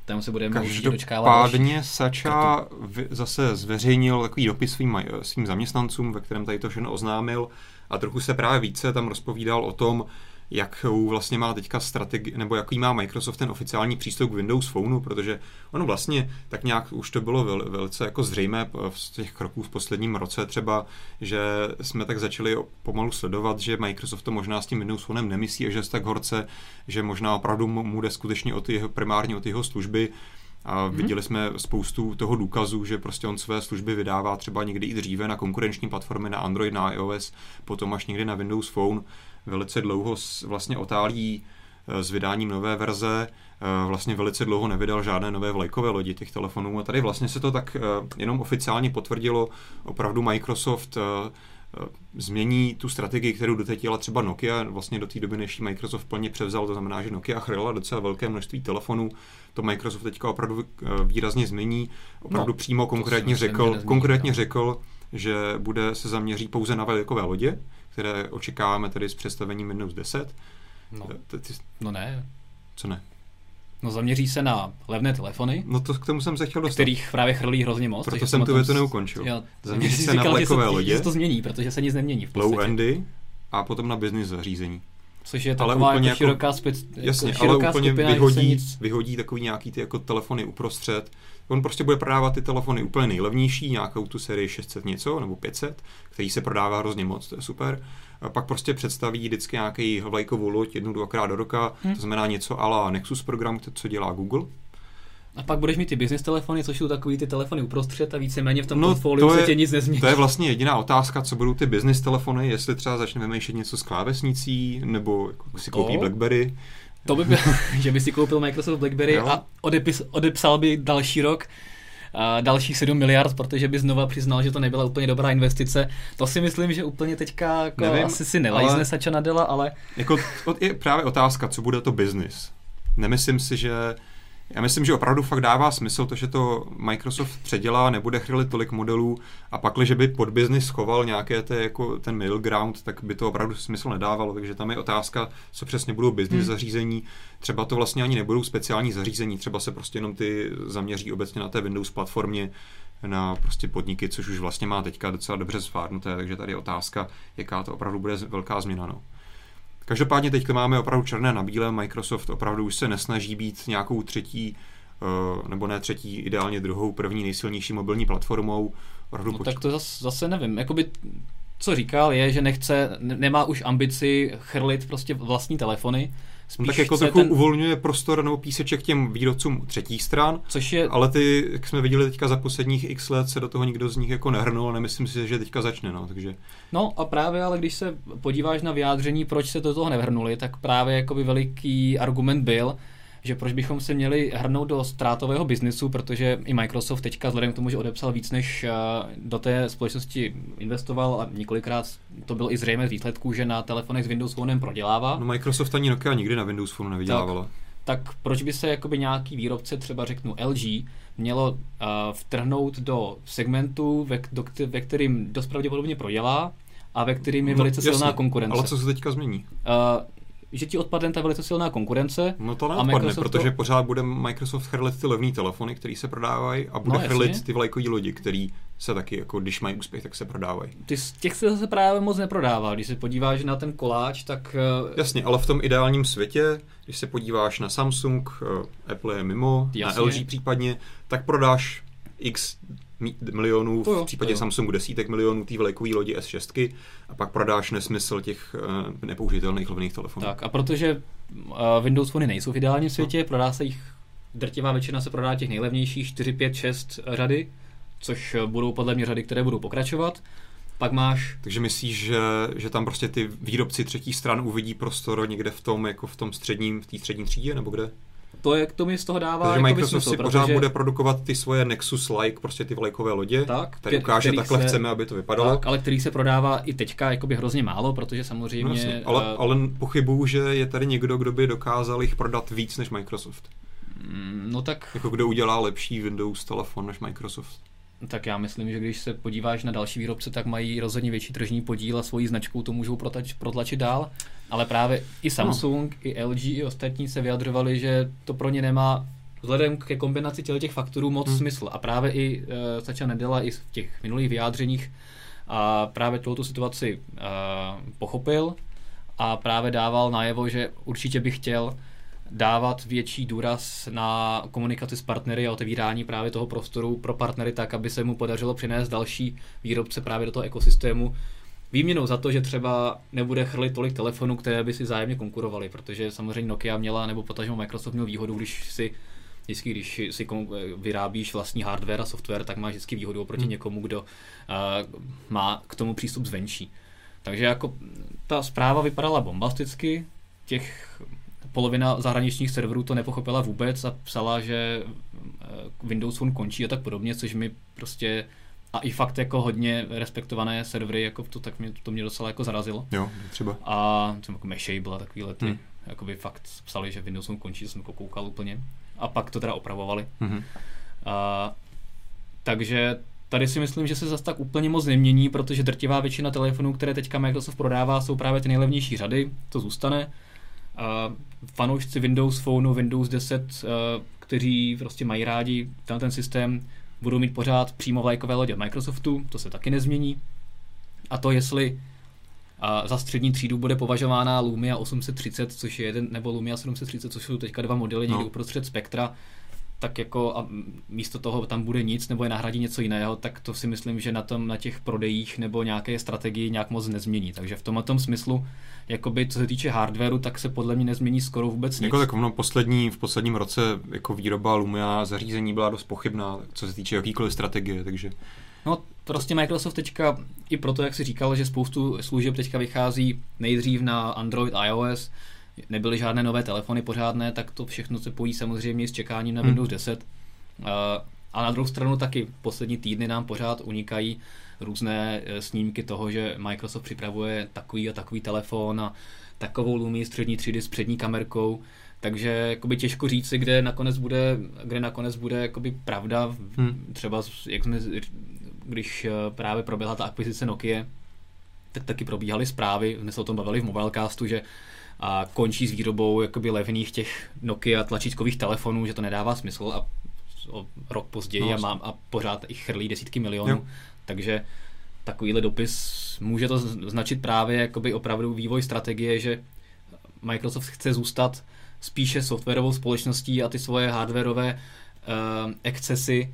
Tam se budeme určitě dočkávat. Každopádně Sacha zase zveřejnil takový dopis svým zaměstnancům, ve kterém tady to všechno oznámil a trochu se právě více tam rozpovídal o tom, jak vlastně má teďka strategii, nebo jaký má Microsoft ten oficiální přístup k Windows Phoneu, protože ono vlastně tak nějak už to bylo velice jako zřejmé z těch kroků v posledním roce třeba, že jsme tak začali pomalu sledovat, že Microsoft to možná s tím Windows Phonem nemyslí a že se tak horce, že možná opravdu mu jde skutečně primárně o ty jeho služby. A viděli jsme spoustu toho důkazů, že prostě on své služby vydává třeba někdy i dříve na konkurenční platformy, na Android, na iOS, potom až někdy na Windows Phone. Velice dlouho vlastně otálí s vydáním nové verze, vlastně velice dlouho nevydal žádné nové vlajkové lodi těch telefonů a tady vlastně se to tak jenom oficiálně potvrdilo. Opravdu Microsoft změní tu strategii, kterou doteď jela třeba Nokia, vlastně do té doby, než Microsoft plně převzal, to znamená, že Nokia chrlila docela velké množství telefonů, to Microsoft teďka opravdu výrazně změní, opravdu přímo konkrétně řekl, že se zaměří pouze na vlajkové lodě, které očekáváme tedy s představením Windows 10. No ne. Co ne? No zaměří se na levné telefony. No to k tomu jsem se chtěl dostat. Kterých právě chrlí hrozně moc. Proto jsem tu větu neukončil. Zaměří se na vlajkové lodě. Že to změní, protože se nic nemění v podstatě. Low-endy a potom na business zařízení. Což je taková jako široká jasně, ale úplně vyhodí takový nějaký ty jako telefony uprostřed. On prostě bude prodávat ty telefony úplně nejlevnější, nějakou tu sérii 600 něco, nebo 500, který se prodává hrozně moc, to je super. A pak prostě představí vždycky nějaký vlajkovou loď 1-2krát do roka, to znamená něco a la Nexus program, co dělá Google. A pak budeš mít ty business telefony, což jsou takový ty telefony uprostřed a víceméně v tom portfoliu se tě nic nezmění. To je vlastně jediná otázka, co budou ty business telefony, jestli třeba začne vymýšlet něco s klávesnicí, nebo si koupí BlackBerry. To by bylo, že by si koupil Microsoft BlackBerry a odepsal by další rok dalších 7 miliard, protože by znova přiznal, že to nebyla úplně dobrá investice. To si myslím, že úplně teďka jako nevím, asi si nelajzne Satya Nadella, ale... Jako, je právě otázka, co bude to business. Já myslím, že opravdu fakt dává smysl to, že to Microsoft předělá, nebude chrylit tolik modelů a pakli, že by pod business schoval nějaké jako ten middle ground, tak by to opravdu smysl nedávalo, takže tam je otázka, co přesně budou business zařízení. Třeba to vlastně ani nebudou speciální zařízení, třeba se prostě jenom ty zaměří obecně na té Windows platformě, na prostě podniky, což už vlastně má teďka docela dobře zvládnuté, takže tady je otázka, jaká to opravdu bude velká změna. No. Každopádně teďka máme opravdu černé na bílé, Microsoft opravdu už se nesnaží být nějakou třetí, nebo ne třetí, ideálně druhou, první nejsilnější mobilní platformou. No tak to zase nevím, jakoby co říkal je, že nemá už ambici chrlit prostě vlastní telefony. No tak jako trochu uvolňuje prostor nebo píseček těm výrobcům třetích stran, ale ty, jak jsme viděli teďka za posledních x let, se do toho nikdo z nich jako nehrnul a nemyslím si, že teďka začne, no, takže... No a právě, ale když se podíváš na vyjádření, proč se do toho nevrhnuli, tak právě jakoby veliký argument byl, že proč bychom se měli hrnout do ztrátového biznesu, protože i Microsoft teďka vzhledem k tomu, že odepsal víc, než do té společnosti investoval a několikrát to bylo i zřejmé z výsledků, že na telefonech s Windows Phonem prodělává. No Microsoft ani Nokia nikdy na Windows Phone nevydělávala. Tak proč by se jakoby nějaký výrobce, třeba řeknu LG, mělo vtrhnout do segmentu, ve kterým dost pravděpodobně prodělá a ve kterým je velice silná konkurence. Ale co se teďka změní? Že ti odpadne ta velice silná konkurence. No to neodpadne, protože pořád bude Microsoft chrlit ty levný telefony, které se prodávají a bude chrlit ty vlajkový lodi, které se taky, jako když mají úspěch, tak se prodávají. Těch se zase právě moc neprodává. Když se podíváš na ten koláč, tak... Jasně, ale v tom ideálním světě, když se podíváš na Samsung, Apple je mimo, na LG případně, tak prodáš x milionů, v případě Samsungu desítek milionů té vlajkové lodi S6 a pak prodáš nesmysl těch nepoužitelných levných telefonů. Tak a protože Windows Phony nejsou v ideálním světě, prodá se jich, drtivá většina se prodá těch nejlevnějších 4, 5, 6 řady, což budou podle mě řady, které budou pokračovat. Pak máš... Takže myslíš, že tam prostě ty výrobci třetích stran uvidí prostor někde v tom, jako v té střední třídě, nebo kde? To mi z toho dává jako Microsoft smysl, si pořád bude produkovat ty svoje Nexus-like, prostě ty vlajkové lodě, tady ukáže, takhle chceme, aby to vypadalo. Tak, ale který se prodává i teďka jakoby hrozně málo, protože samozřejmě... No, ale pochybuju, že je tady někdo, kdo by dokázal jich prodat víc než Microsoft. No tak... Jako kdo udělá lepší Windows telefon než Microsoft. Tak já myslím, že když se podíváš na další výrobce, tak mají rozhodně větší tržní podíl a svojí značkou to můžou protlačit dál, ale právě i Samsung, i LG, i ostatní se vyjadřovali, že to pro ně nemá vzhledem ke kombinaci těch faktorů moc smysl. A právě i Satya Nadella i v těch minulých vyjádřeních a právě tuto situaci pochopil a právě dával najevo, že určitě by chtěl dávat větší důraz na komunikaci s partnery a otevírání právě toho prostoru pro partnery tak, aby se mu podařilo přinést další výrobce právě do toho ekosystému. Výměnou za to, že třeba nebude chrlit tolik telefonů, které by si vzájemně konkurovaly, protože samozřejmě Nokia měla, nebo potažmo Microsoft měl výhodu, když si vyrábíš vlastní hardware a software, tak máš vždycky výhodu oproti někomu, kdo má k tomu přístup zvenčí. Takže jako ta zpráva vypadala bombasticky, polovina zahraničních serverů to nepochopila vůbec a psala, že Windows Phone končí a tak podobně, což mi prostě a i fakt jako hodně respektované servery, jako to mě docela jako zarazilo. Jo, třeba. A třeba jako Mashable a takový lety, jakoby fakt psali, že Windows Phone končí, to jsem jako koukal úplně. A pak to teda opravovali. Takže tady si myslím, že se zase tak úplně moc nemění, protože drtivá většina telefonů, které teďka Microsoft prodává, jsou právě ty nejlevnější řady, to zůstane. Fanoušci Windows Phoneu, Windows 10, kteří prostě mají rádi ten systém, budou mít pořád přímo vlajkové lodě Microsoftu, to se taky nezmění. A to, jestli za střední třídu bude považována Lumia 830, což je nebo Lumia 730, což jsou teďka dva modely někde uprostřed spektra, tak jako a místo toho tam bude nic nebo je nahradí něco jiného, tak to si myslím, že na těch prodejích nebo nějaké strategii nějak moc nezmění. Takže v tomhle smyslu, jakoby, co se týče hardwareu, tak se podle mě nezmění skoro vůbec nic. Jako tak v posledním roce jako výroba Lumia zařízení byla dost pochybná, co se týče jakýkoliv strategie, takže... No prostě Microsoft teďka, i proto, jak si říkal, že spoustu služeb teďka vychází nejdřív na Android, iOS, nebyly žádné nové telefony pořádné, tak to všechno se pojí samozřejmě s čekáním na Windows 10. A na druhou stranu taky poslední týdny nám pořád unikají různé snímky toho, že Microsoft připravuje takový a takový telefon a takovou Lumii střední třídy s přední kamerkou. Takže jakoby těžko říci, kde nakonec bude jakoby pravda. Třeba když právě proběhla ta akvizice Nokia, tak taky probíhaly zprávy, jsme se o tom bavili v Mobilecastu, že končí s výrobou jakoby levných těch Nokia tlačítkových telefonů, že to nedává smysl a rok později a pořád ich chrlí desítky milionů. Jo. Takže takovýhle dopis může to značit právě jakoby opravdu vývoj strategie, že Microsoft chce zůstat spíše softwarovou společností a ty svoje hardwareové excesy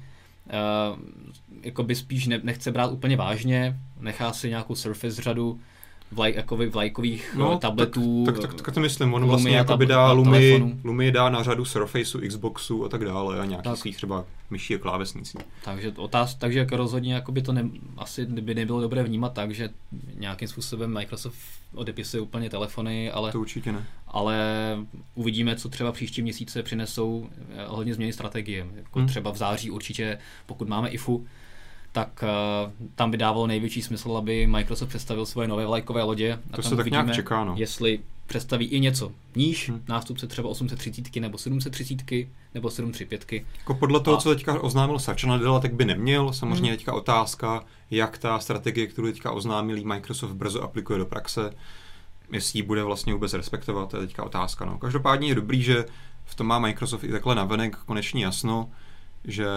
jakoby spíš nechce brát úplně vážně, nechá si nějakou Surface řadu vlajkových tabletů. Tak to myslím, on vlastně Lumii dá na řadu Surfaceu, Xboxu a tak dále a nějakých svých třeba myší a klávesnicí. Takže jako rozhodně jakoby to asi by nebylo dobré vnímat tak, že nějakým způsobem Microsoft odepisuje úplně telefony, ale to určitě ne. Ale uvidíme, co třeba příští měsíce přinesou hodně změny strategie. Jako třeba v září určitě, pokud máme IFU, tak tam by dávalo největší smysl, aby Microsoft představil svoje nové vlajkové lodě. To se tak nějak čeká, no. Jestli představí i něco níž, nástupce třeba 830 nebo 730 nebo 735. Jako podle toho, co teďka oznámil Satya Nadella, tak by neměl. Samozřejmě teďka otázka, jak ta strategie, kterou teďka oznámil Microsoft, brzo aplikuje do praxe, jestli ji bude vlastně vůbec respektovat, to je teďka otázka. No. Každopádně je dobrý, že v tom má Microsoft i takhle navenek konečně jasno, že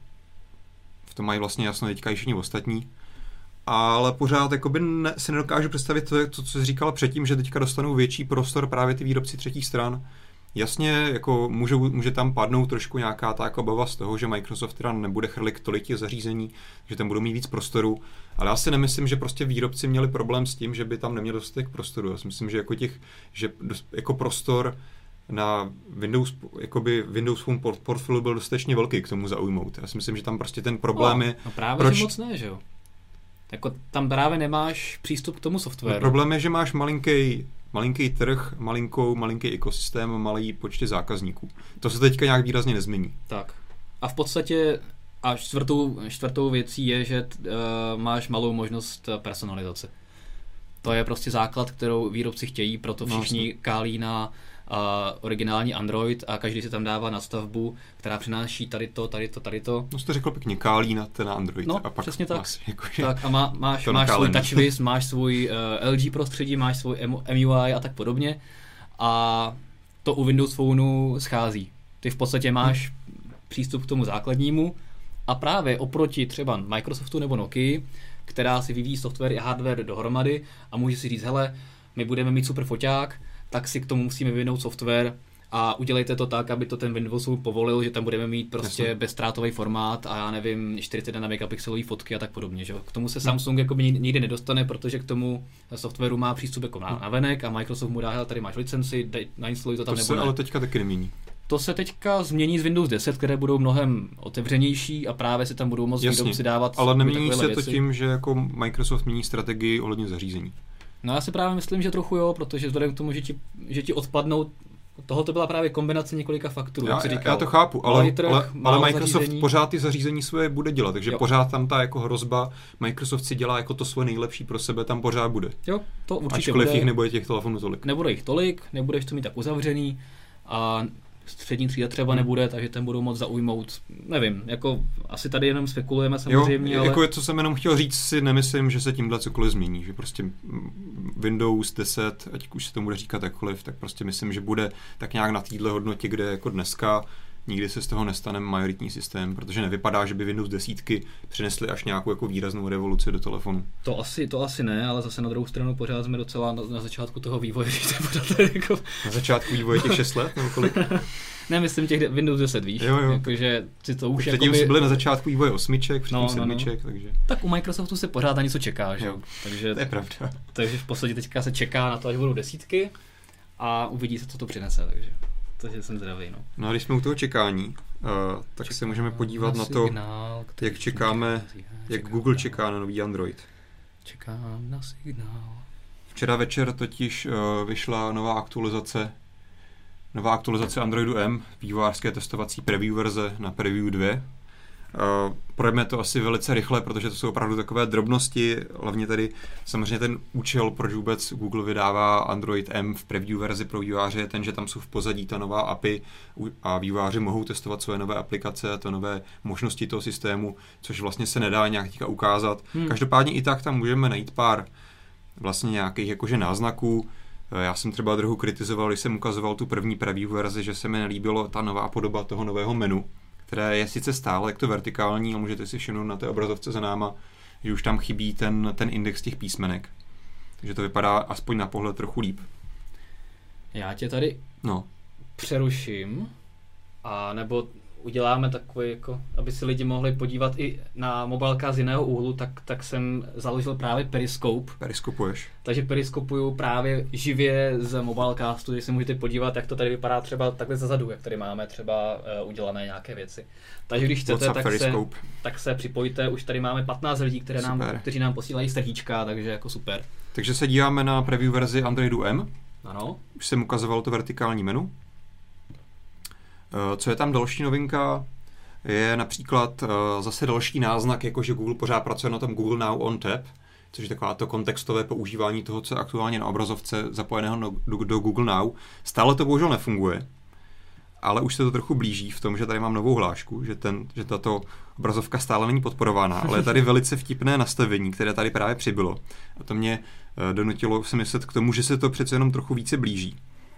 v tom mají vlastně jasno teďka i všichni ostatní. Ale pořád jakoby si nedokážu představit to, co jsi říkala předtím, že teďka dostanou větší prostor právě ty výrobci třetích stran. Jasně, jako může tam padnout trošku nějaká ta jako obava z toho, že Microsoft teda nebude chrlit tolik těch zařízení, že tam budou mít víc prostoru, ale já si nemyslím, že prostě výrobci měli problém s tím, že by tam neměl dostatek prostoru. Já si myslím, že jako prostor na Windows Phone portfolio byl dostatečně velký k tomu zaujmout. Já si myslím, že tam prostě ten problém je... No právě že moc ne, že jo? Jako tam právě nemáš přístup k tomu softwaru. No, problém je, že máš malinký trh, malinký ekosystém, malý počty zákazníků. To se teďka nějak výrazně nezmění. Tak. A v podstatě čtvrtou věcí je, že máš malou možnost personalizace. To je prostě základ, kterou výrobci chtějí, proto všichni kálí na originální Android a každý si tam dává nastavbu, která přináší tady to. No jsi to řekl pěkně, kálí na Android. No, a pak přesně tak. Tak a máš svůj TouchWiz, máš svůj LG prostředí, máš svůj MUI a tak podobně. A to u Windows Phoneu schází. Ty v podstatě máš přístup k tomu základnímu a právě oproti třeba Microsoftu nebo Nokii, která si vyvíjí software i hardware dohromady a může si říct, hele, my budeme mít super foťák, tak si k tomu musíme vyvinout software a udělejte to tak, aby to ten Windows povolil, že tam budeme mít prostě bezdrátový formát a já nevím, 41 megapixelový fotky a tak podobně. Že? K tomu se Samsung jakoby nikdy nedostane, protože k tomu softwaru má přístup jako na venek a Microsoft mu dá, hele, tady máš licenci, nainstaluj to tam nebo ne. To se ale teďka taky nemění. To se teďka změní z Windows 10, které budou mnohem otevřenější a právě si tam budou moct výrobci dávat. Ale nemění se to tím, že jako Microsoft mění strategii ohledně zařízení. No já si právě myslím, že trochu jo, protože vzhledem k tomu, že ti odpadnou, tohle to byla právě kombinace několika faktorů. Já to chápu, ale Microsoft zařízení. Pořád ty zařízení svoje bude dělat, takže pořád tam ta jako hrozba, Microsoft si dělá jako to svoje nejlepší pro sebe, tam pořád bude. Jo, to určitě ačkoliv bude. Jich nebude těch telefonů tolik. Nebude jich tolik, nebudeš to mít tak uzavřený a střední třída třeba nebude, takže ten budou moc zaujmout. Nevím, jako asi tady jenom spekulujeme samozřejmě, jo, ale... jako co jsem jenom chtěl říct, si nemyslím, že se tímhle cokoliv změní, že prostě Windows 10, ať už se to bude říkat jakkoliv, tak prostě myslím, že bude tak nějak na téhle hodnotě, kde jako dneska. Nikdy se z toho nestane majoritní systém, protože nevypadá, že by Windows 10 přinesly až nějakou jako výraznou revoluci do telefonu. To asi ne, ale zase na druhou stranu pořád jsme docela na začátku toho vývoje. Jako... Na začátku vývoje těch 6 let nebo kolik? Ne, myslím těch Windows 10, víš? Jo. Jakože si to už předtím jsme byli na začátku vývoje 8, předtím 7, takže... Tak u Microsoftu se pořád na něco čeká, že jo? Takže to je pravda. Takže v podstatě teďka se čeká na to, až budou desítky a uvidí se, co to přinese, takže jsem zdravý, no. No a když jsme u toho čekání, tak se můžeme podívat na to, jak čekáme, jak Google čeká na nový Android. Čekám na signál. Včera večer totiž vyšla nová aktualizace Androidu M, vývojářské testovací preview verze na Preview 2. Projeme to asi velice rychle, protože to jsou opravdu takové drobnosti, hlavně tady samozřejmě ten účel, proč vůbec Google vydává Android M v preview verzi pro vývojáře, je ten, že tam jsou v pozadí ta nová API a vývojáři mohou testovat své nové aplikace a to nové možnosti toho systému, což vlastně se nedá nějak ukázat. Každopádně i tak tam můžeme najít pár vlastně nějakých jakože náznaků. Já jsem třeba trochu kritizoval, když jsem ukazoval tu první preview verzi, že se mi nelíbilo ta nová podoba toho nového menu, které je sice stále jak to vertikální, ale můžete si všimnout na té obrazovce za náma, že už tam chybí ten index těch písmenek. Takže to vypadá aspoň na pohled trochu líp. Já tě tady přeruším, a nebo uděláme takový, jako, aby si lidi mohli podívat i na mobilka z jiného úhlu, tak jsem založil právě Periscope. Periskopuješ. Takže periskopuju právě živě z Mobilecastu, že si můžete podívat, jak to tady vypadá třeba takhle zezadu, jak tady máme třeba udělané nějaké věci. Takže když chcete, tak se připojte, už tady máme 15 lidí, kteří nám posílají srdíčka, takže jako super. Takže se díváme na preview verzi Androidu M. Ano. Už jsem ukazoval to vertikální menu. Co je tam další novinka, je například zase další náznak, jakože Google pořád pracuje na tom Google Now on Tap, což je taková to kontextové používání toho, co je aktuálně na obrazovce zapojeného do Google Now. Stále to bohužel nefunguje, ale už se to trochu blíží v tom, že tady mám novou hlášku, že tato obrazovka stále není podporována, ale je tady velice vtipné nastavení, které tady právě přibylo. A to mě donutilo si myslet k tomu, že se to přece jenom trochu více blíží.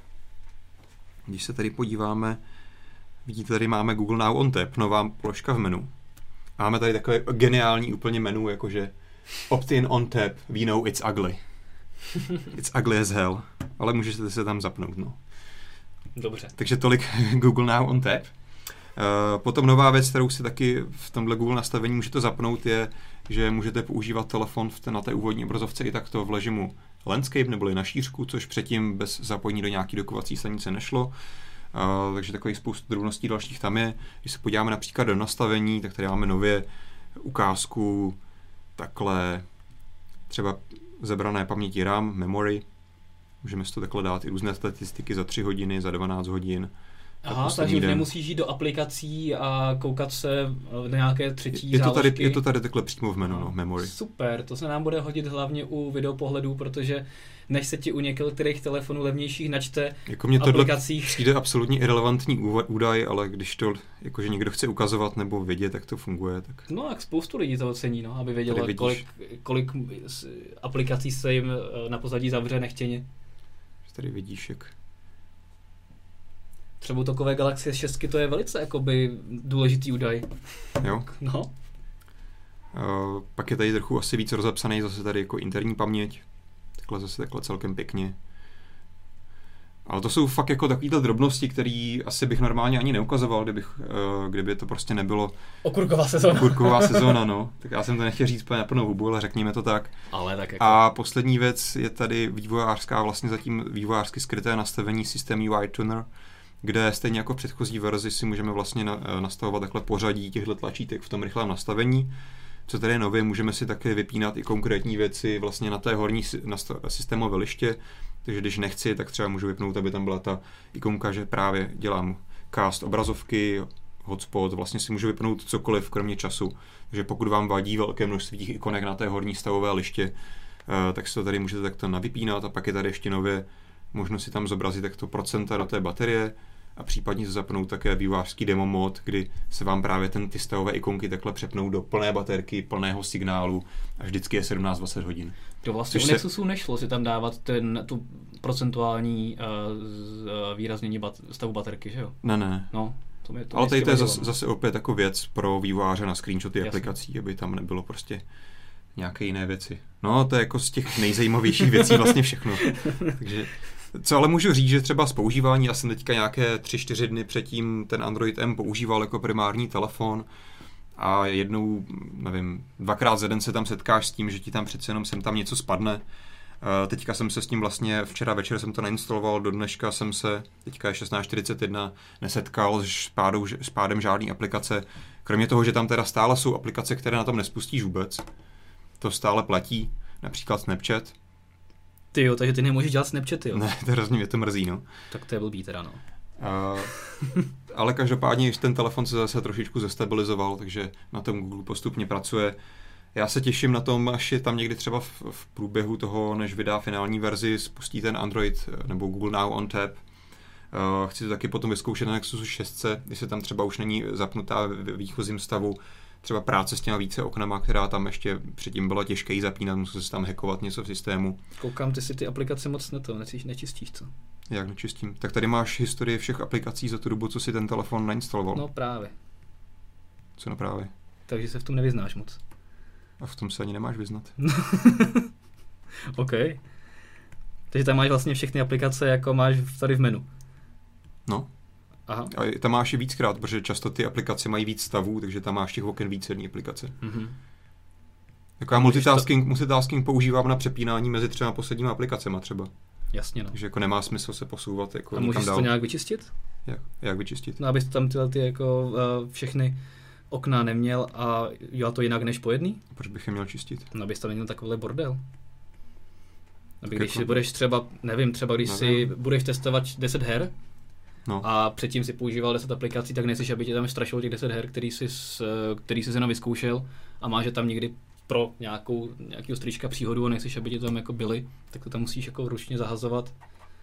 Když se tady podíváme, vidíte, tady máme Google Now on Tap, nová položka v menu. A máme tady takové geniální úplně menu, jakože opt-in on tap, we know it's ugly. It's ugly as hell. Ale můžete se tam zapnout, no. Dobře. Takže tolik Google Now on Tap. Potom nová věc, kterou si taky v tomhle Google nastavení můžete zapnout, je, že můžete používat telefon na té úvodní obrazovce i takto v režimu landscape neboli na šířku, což předtím bez zapojení do nějaký dokovací stanice nešlo. Takže takových spoustu drobností dalších tam je. Když se podíváme například do nastavení, tak tady máme nově ukázku takhle třeba zebrané paměti RAM, memory. Můžeme si to takhle dát i různé statistiky za 3 hodiny, za 12 hodin. Aha, takže už nemusíš jít do aplikací a koukat se na nějaké třetí záložky. Je to tady takhle přímo v menu, no, memory. Super, to se nám bude hodit hlavně u videopohledů, protože než se ti u některých telefonů levnějších načte jako mě aplikacích. Tohle přijde absolutně irelevantní údaj, ale když to jakože někdo chce ukazovat nebo vědět, jak to funguje, tak... No tak spoustu lidí to ocení, no, aby vědělo, kolik aplikací se jim na pozadí zavře nechtěně. Tady vidíš, jak... třeba u takové Galaxie 6 to je velice jakoby důležitý údaj. Jo. No. Pak je tady trochu asi víc rozepsaný zase tady jako interní paměť. Takhle celkem pěkně. Ale to jsou fakt jako takovýhle drobnosti, které asi bych normálně ani neukazoval, kdyby to prostě nebylo Okurková sezóna, no. Tak já jsem to nechtěl říct úplně na plnou hubu, ale řekněme to tak. Ale tak jako... A poslední věc je tady vývojářská, vlastně zatím vývojářsky skryté nastavení systém UI Tuner, kde stejně jako v předchozí verzi si můžeme vlastně nastavovat takhle pořadí těchto tlačítek v tom rychlém nastavení. Co tady je nově, můžeme si také vypínat i konkrétní věci vlastně na té horní systémové liště, takže když nechci, tak třeba můžu vypnout, aby tam byla ta ikonka, že právě dělám cast obrazovky, hotspot, vlastně si můžu vypnout cokoliv, kromě času. Takže pokud vám vadí velké množství těch ikonek na té horní stavové liště, tak si to tady můžete takto navypínat a pak je tady ještě nově možnost si tam zobrazit takto procenta do té baterie a případně se zapnout také vývojářský demo mod, kdy se vám právě ty stavové ikonky takhle přepnou do plné baterky, plného signálu a vždycky je 17-20 hodin. To vlastně u Nexusu nešlo si tam dávat tu procentuální výraznění stavu baterky, že jo? Ne. No, to ale tady to je zase opět jako věc pro vývojáře na screenshoty Jasně. aplikací, aby tam nebylo prostě nějaké jiné věci. No, to je jako z těch nejzajímavějších věcí vlastně všechno. Takže, co ale můžu říct, že třeba z používání, já jsem teďka nějaké 3-4 dny předtím ten Android M používal jako primární telefon a jednou, nevím, 2krát za den se tam setkáš s tím, že ti tam přece jenom sem tam něco spadne. Teďka jsem se s tím vlastně, včera večer jsem to nainstaloval, do dneška jsem se, teďka je 16:41, nesetkal s pádem žádný aplikace. Kromě toho, že tam teda stále jsou aplikace, které na tom nespustíš vůbec. To stále platí, například Snapchat. Ty jo, takže ty nemůžeš dělat Snapchaty, jo? Ne, to hrozně mě to mrzí, no. Tak to je blbý teda, no. Ale každopádně ten telefon se zase trošičku zestabilizoval, takže na tom Google postupně pracuje. Já se těším na tom, až je tam někdy třeba v průběhu toho, než vydá finální verzi, spustí ten Android nebo Google Now on Tap. Chci to taky potom vyzkoušet na Nexusu 6, když se tam třeba už není zapnutá v výchozím stavu, třeba práce s těma více oknama, která tam ještě předtím byla těžké jí zapínat, musel se tam hackovat něco v systému. Koukám, ty si ty aplikace moc nečistíš, co? Jak nečistím? Tak tady máš historii všech aplikací za tu dobu, co si ten telefon nainstaloval. No právě. Co no právě? Takže se v tom nevyznáš moc. A v tom se ani nemáš vyznat. OK. Takže tam máš vlastně všechny aplikace, jako máš tady v menu. No. Aha. A tam máš i víckrát, protože často ty aplikace mají víc stavů, takže tam máš těch oken víc jedné aplikace. Mm-hmm. Jako já multitasking používám na přepínání mezi 3 posledními aplikacemi třeba. Jasně, no. Takže jako nemá smysl se posouvat jako a můžeš to nějak vyčistit? Jak vyčistit? No, abys tam ty jako všechny okna neměl a dělal to jinak než po jedný? Proč bych je měl čistit? No, abys tam neměl takovýhle bordel. Aby když si budeš třeba, když si budeš testovat 10 her, no. A předtím si používal 10 aplikací, tak nechceš, aby tě tam strašilo těch 10 her, který jsi jenom vyzkoušel a máš je tam někdy pro nějakého strýčka příhodu a nechceš, aby tě tam jako byly, tak to tam musíš jako ručně zahazovat.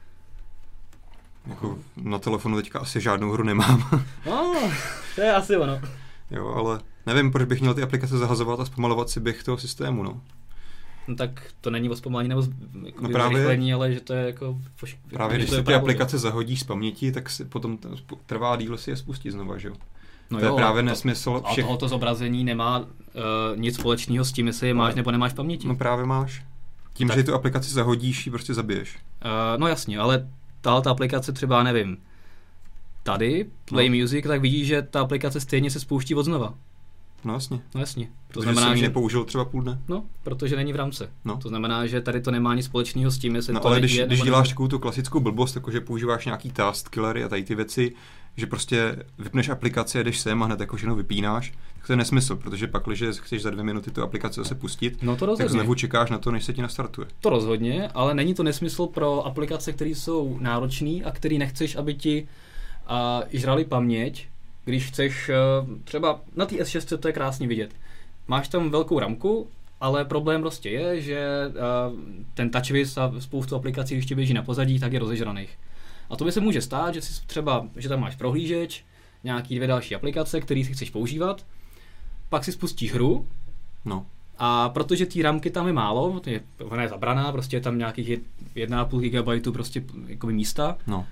Jako na telefonu teďka asi žádnou hru nemám. No, to je asi ono. Jo, ale nevím, proč bych měl ty aplikace zahazovat a zpomalovat si běh toho systému, no. No tak to není o zpomalení nebo zrychlení, ale že to je jako... Právě když si ty aplikace zahodíš z paměti, tak si potom trvá díl si je spustit znova, že jo? No to je právě nesmysl všech... A tohoto zobrazení nemá nic společného s tím, jestli je máš nebo nemáš v paměti. No právě máš. Tím, tak. Že tu aplikaci zahodíš, ji prostě zabiješ. No jasně, ale ta aplikace třeba, nevím, tady, Play Music, tak vidíš, že ta aplikace stejně se spouští od znova. No jasně. To znamená, že nepoužil třeba půl dne. No, protože není v rámce. No. To znamená, že tady to nemá nic společného s tím, jestli no, to ale když děláš takovou tu klasickou blbost, jakože používáš nějaký task killery a tady ty věci, že prostě vypneš aplikaci a jdeš sem a hned jako všechno vypínáš, tak to je nesmysl, protože pak, když chceš za 2 minuty tu aplikaci zase pustit, no to tak znovu čekáš na to, než se ti nastartuje. To rozhodně, ale není to nesmysl pro aplikace, které jsou náročné a které nechceš, aby ti žrali paměť, když chceš třeba na té S6 to je krásně vidět. Máš tam velkou ramku, ale problém prostě je, že ten TouchWiz a spoustu aplikací, když ti běží na pozadí, tak je rozežraných. A to by se může stát, že si třeba, že tam máš prohlížeč, nějaký 2 další aplikace, které si chceš používat, pak si spustíš hru, no. A protože té ramky tam je málo, ona je zabraná, prostě je tam nějakých 1,5 GB prostě jakoby místa, no.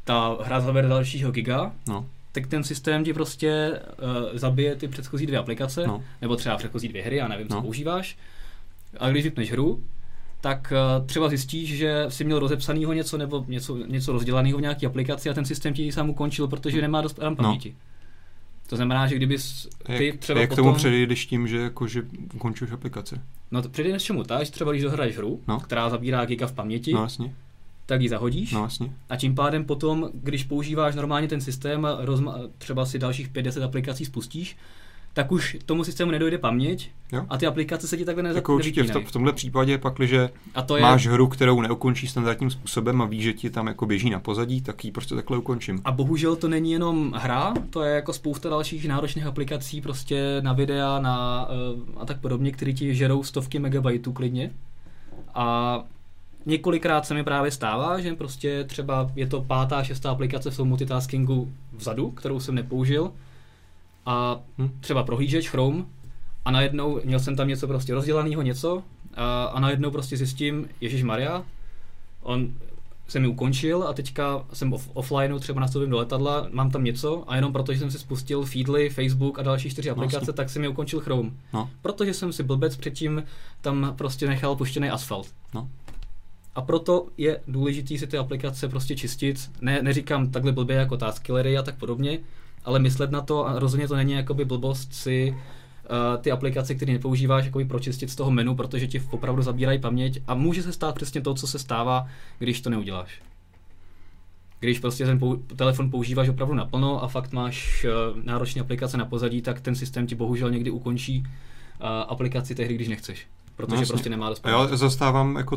ta hra zabere dalšího giga, No. tak ten systém ti prostě zabije ty předchozí 2 aplikace, nebo třeba předchozí 2 hry, já nevím, co používáš. A když vypneš hru, tak třeba zjistíš, že jsi měl rozepsanýho něco nebo něco rozdělaného v nějaké aplikaci a ten systém ti sám ukončil, protože nemá dost RAM paměti. To znamená, že kdybys ty třeba jak tomu předejdeš tím, že ukončíš aplikaci? No to předejdeš čemu tak, že třeba když dohraješ hru, která zabírá giga v paměti, tak ji zahodíš a tím pádem potom, když používáš normálně ten systém, třeba si dalších 5-10 aplikací spustíš, tak už tomu systému nedojde paměť a ty aplikace se ti takhle jako určitě v tomhle případě pakliže máš hru, kterou neukončíš standardním způsobem a víš, že ti tam jako běží na pozadí, tak ji prostě takhle ukončím. A bohužel to není jenom hra, to je jako spousta dalších náročných aplikací prostě na videa a tak podobně, které ti žerou stovky megabajtů klidně. A několikrát se mi právě stává, že prostě třeba je to 5., 6. aplikace v tom multitaskingu vzadu, kterou jsem nepoužil. A třeba prohlížeč Chrome a najednou měl jsem tam něco prostě rozdělaného něco a najednou prostě zjistím, ježišmarja, on se mi ukončil a teďka jsem offlineu, třeba nastoupím do letadla, mám tam něco a jenom protože jsem si spustil Feedly, Facebook a další 4 aplikace, tak se mi ukončil Chrome. Protože jsem si blbec předtím tam prostě nechal puštěný asfalt. A proto je důležitý si ty aplikace prostě čistit. Neříkám takhle blbě jako Taskkillery a tak podobně, ale myslet na to a rozhodně to není jakoby blbost si ty aplikace, které nepoužíváš, jakoby pročistit z toho menu, protože ti opravdu zabírají paměť a může se stát přesně to, co se stává, když to neuděláš. Když prostě ten telefon používáš opravdu naplno a fakt máš náročné aplikace na pozadí, tak ten systém ti bohužel někdy ukončí aplikaci tehdy, když nechceš, protože prostě nemá dost paměti. Já zastávám jako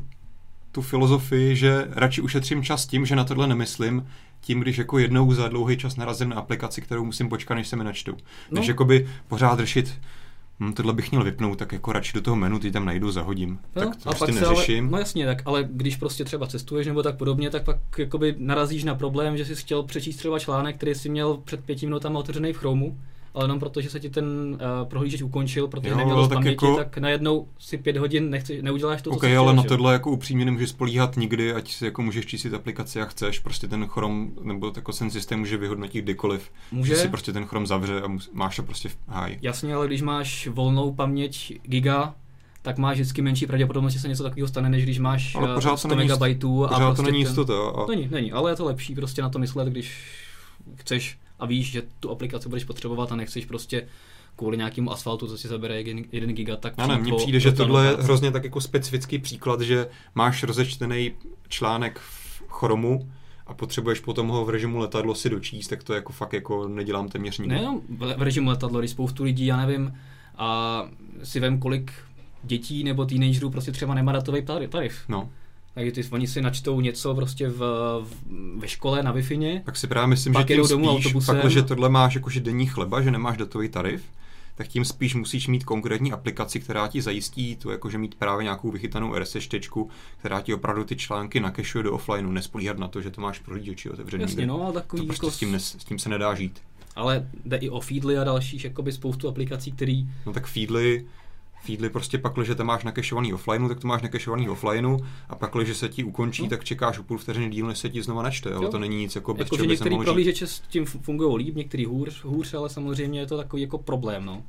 tu filozofii, že radši ušetřím čas tím, že na tohle nemyslím, tím, když jako jednou za dlouhý čas narazím na aplikaci, kterou musím počkat, než se mi načtou. Než jakoby pořád řešit, tohle bych měl vypnout, tak jako radši do toho menu, ty tam najdu, zahodím. Tak to prostě neřeším. No jasně, tak, ale když prostě třeba cestuješ nebo tak podobně, tak pak jakoby narazíš na problém, že jsi chtěl přečíst třeba článek, který jsi měl před 5 minutami otevřený v Chromeu, ale jenom protože se ti ten prohlížeč ukončil, protože neměl dost paměti, tak najednou si 5 hodin neuděláš to, co chtěl, ale na tohle jako upřímně nemůžeš spolíhat nikdy, ať si jako můžeš číst aplikaci, jak chceš, prostě ten Chrome nebo jako ten systém může vyhodnotit kdykoliv. Může si prostě ten Chrome zavře a máš to prostě v háji. Jasně, ale když máš volnou paměť giga, tak máš vždycky menší pravděpodobnost, že se něco takového stane, než když máš 100 megabajtů. Pořád prostě to není jistota. Není, ale je to lepší prostě na to myslet, když chceš a víš, že tu aplikaci budeš potřebovat a nechceš prostě kvůli nějakému asfaltu, co si zabere 1 giga, tak mně přijde, že tohle je hrozně tak jako specifický příklad, že máš rozečtený článek v Chromeu a potřebuješ potom ho v režimu letadlo si dočíst, tak to jako fakt jako nedělám téměř nikdy. Nejenom v režimu letadlo, když spoustu lidí, já nevím, a si vem, kolik dětí nebo teenagerů prostě třeba nemá datový tarif. Takže oni si načtou něco prostě ve škole na Wi-Fi. Tak si právě myslím, že tím spíš, pakliže tohle máš jakože denní chleba, že nemáš datový tarif, tak tím spíš musíš mít konkrétní aplikaci, která ti zajistí to, jakože mít právě nějakou vychytanou RSS čtečku, která ti opravdu ty články nakešuje do offlineu, nespolíhat na to, že to máš prohlížeči otevřený. Jasně, ale takový to prostě jako s tím se nedá žít. Ale jde i o Feedly a dalších, jakoby spoustu aplikací, který... No tak Feedly prostě pakli, že to máš nakešovaný offlineu, tak to máš nakešovaný offlineu a pakli, že se ti ukončí, tak čekáš o půl vteřiny díl, než se ti znova načte, ale to není nic jako bez čeho by se mohlo žít. Některý prohlížeče s tím fungují líp, některý hůř, ale samozřejmě je to takový jako problém, no.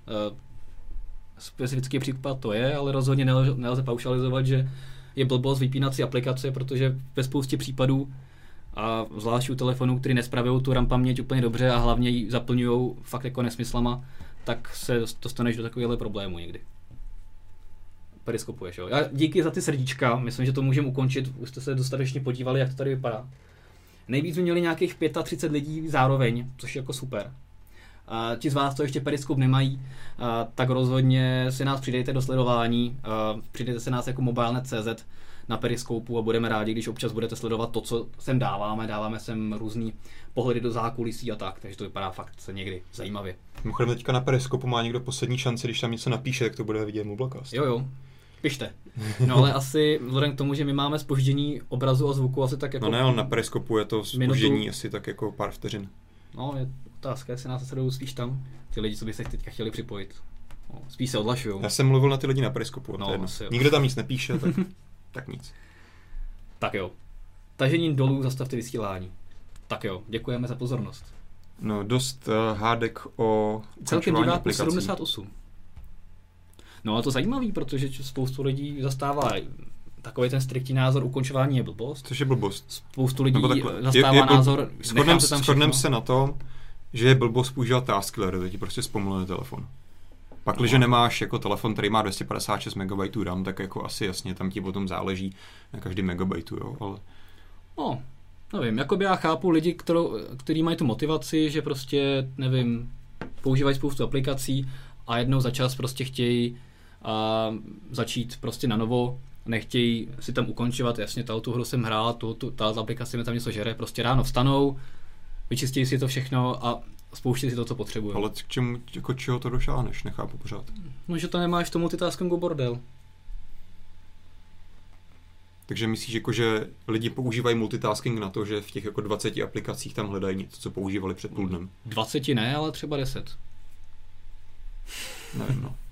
Specifický případ to je, ale rozhodně nelze paušalizovat, že je blbost vypínat si aplikace, protože ve spoustě případů a zvlášť u telefonů, který nespravují tu RAM paměť úplně dobře a hlavně ji zaplňují fakt jako nesmyslama, tak se dostaneš do takovéhle problému někdy. Periskopuješ, jo. Já díky za ty srdíčka, myslím, že to můžeme ukončit, už jste se dostatečně podívali, jak to tady vypadá. Nejvíc jsme měli nějakých 35 lidí zároveň, což je jako super. Ti z vás, co ještě Periskop nemají, tak rozhodně si nás přidejte do sledování, přidejte se nás jako mobilnet.cz na Periskopu a budeme rádi, když občas budete sledovat to, co sem dáváme sem různý pohledy do zákulisí a tak, takže to vypadá fakt se někdy zajímavě. Mimochodem teďka na Periskopu má někdo poslední šanci, když tam něco napíše, tak to bude vidět Mobilecast. Jo, pište. No ale asi vzhledem k tomu, že my máme zpoždění obrazu a zvuku asi tak jako... No ne, ale na Periskopu je to zpoždění asi tak jako pár vteřin. No, je otázka, jestli nás zase jdou spíš tam, ty lidi, co by se teďka chtěli připojit. No, spíš se odhlašujou. Já jsem mluvil na ty lidi na Periskopu. No, nikdo tam nic nepíše, tak nic. Tak jo. Tažením dolů zastavte vysílání. Tak jo, děkujeme za pozornost. No, dost hádek o celkem ukončování diváků aplikací. 78. No a to zajímavý, protože spoustu lidí zastává takový ten striktní názor, ukončování je blbost. Což je blbost. Spoustu lidí zastává názor, shodneme se na tom, že je blbost používat Taskkiller, to ti prostě zpomaluje telefon. Pak, když nemáš jako telefon, který má 256 MB RAM, tak jako asi jasně, tam ti potom záleží na každý megabajtu, jo, ale... No, nevím, jakoby já chápu lidi, kteří mají tu motivaci, že prostě, nevím, používají spoustu aplikací a jednou za čas prostě chtějí začít prostě na novo, nechtějí si tam ukončovat, jasně, tu hru jsem hrál, ta aplikace mi tam něco žere, prostě ráno vstanou, vyčistí si to všechno a spouští si to, co potřebuje. Ale k čemu, jako čeho to došáhneš, nechápu pořád. No, že to nemáš v tom multitaskingu bordel. Takže myslíš, jako, že lidi používají multitasking na to, že v těch jako 20 aplikacích tam hledají něco, co používali před půl dnem? 20 ne, ale třeba 10. Nevím, no.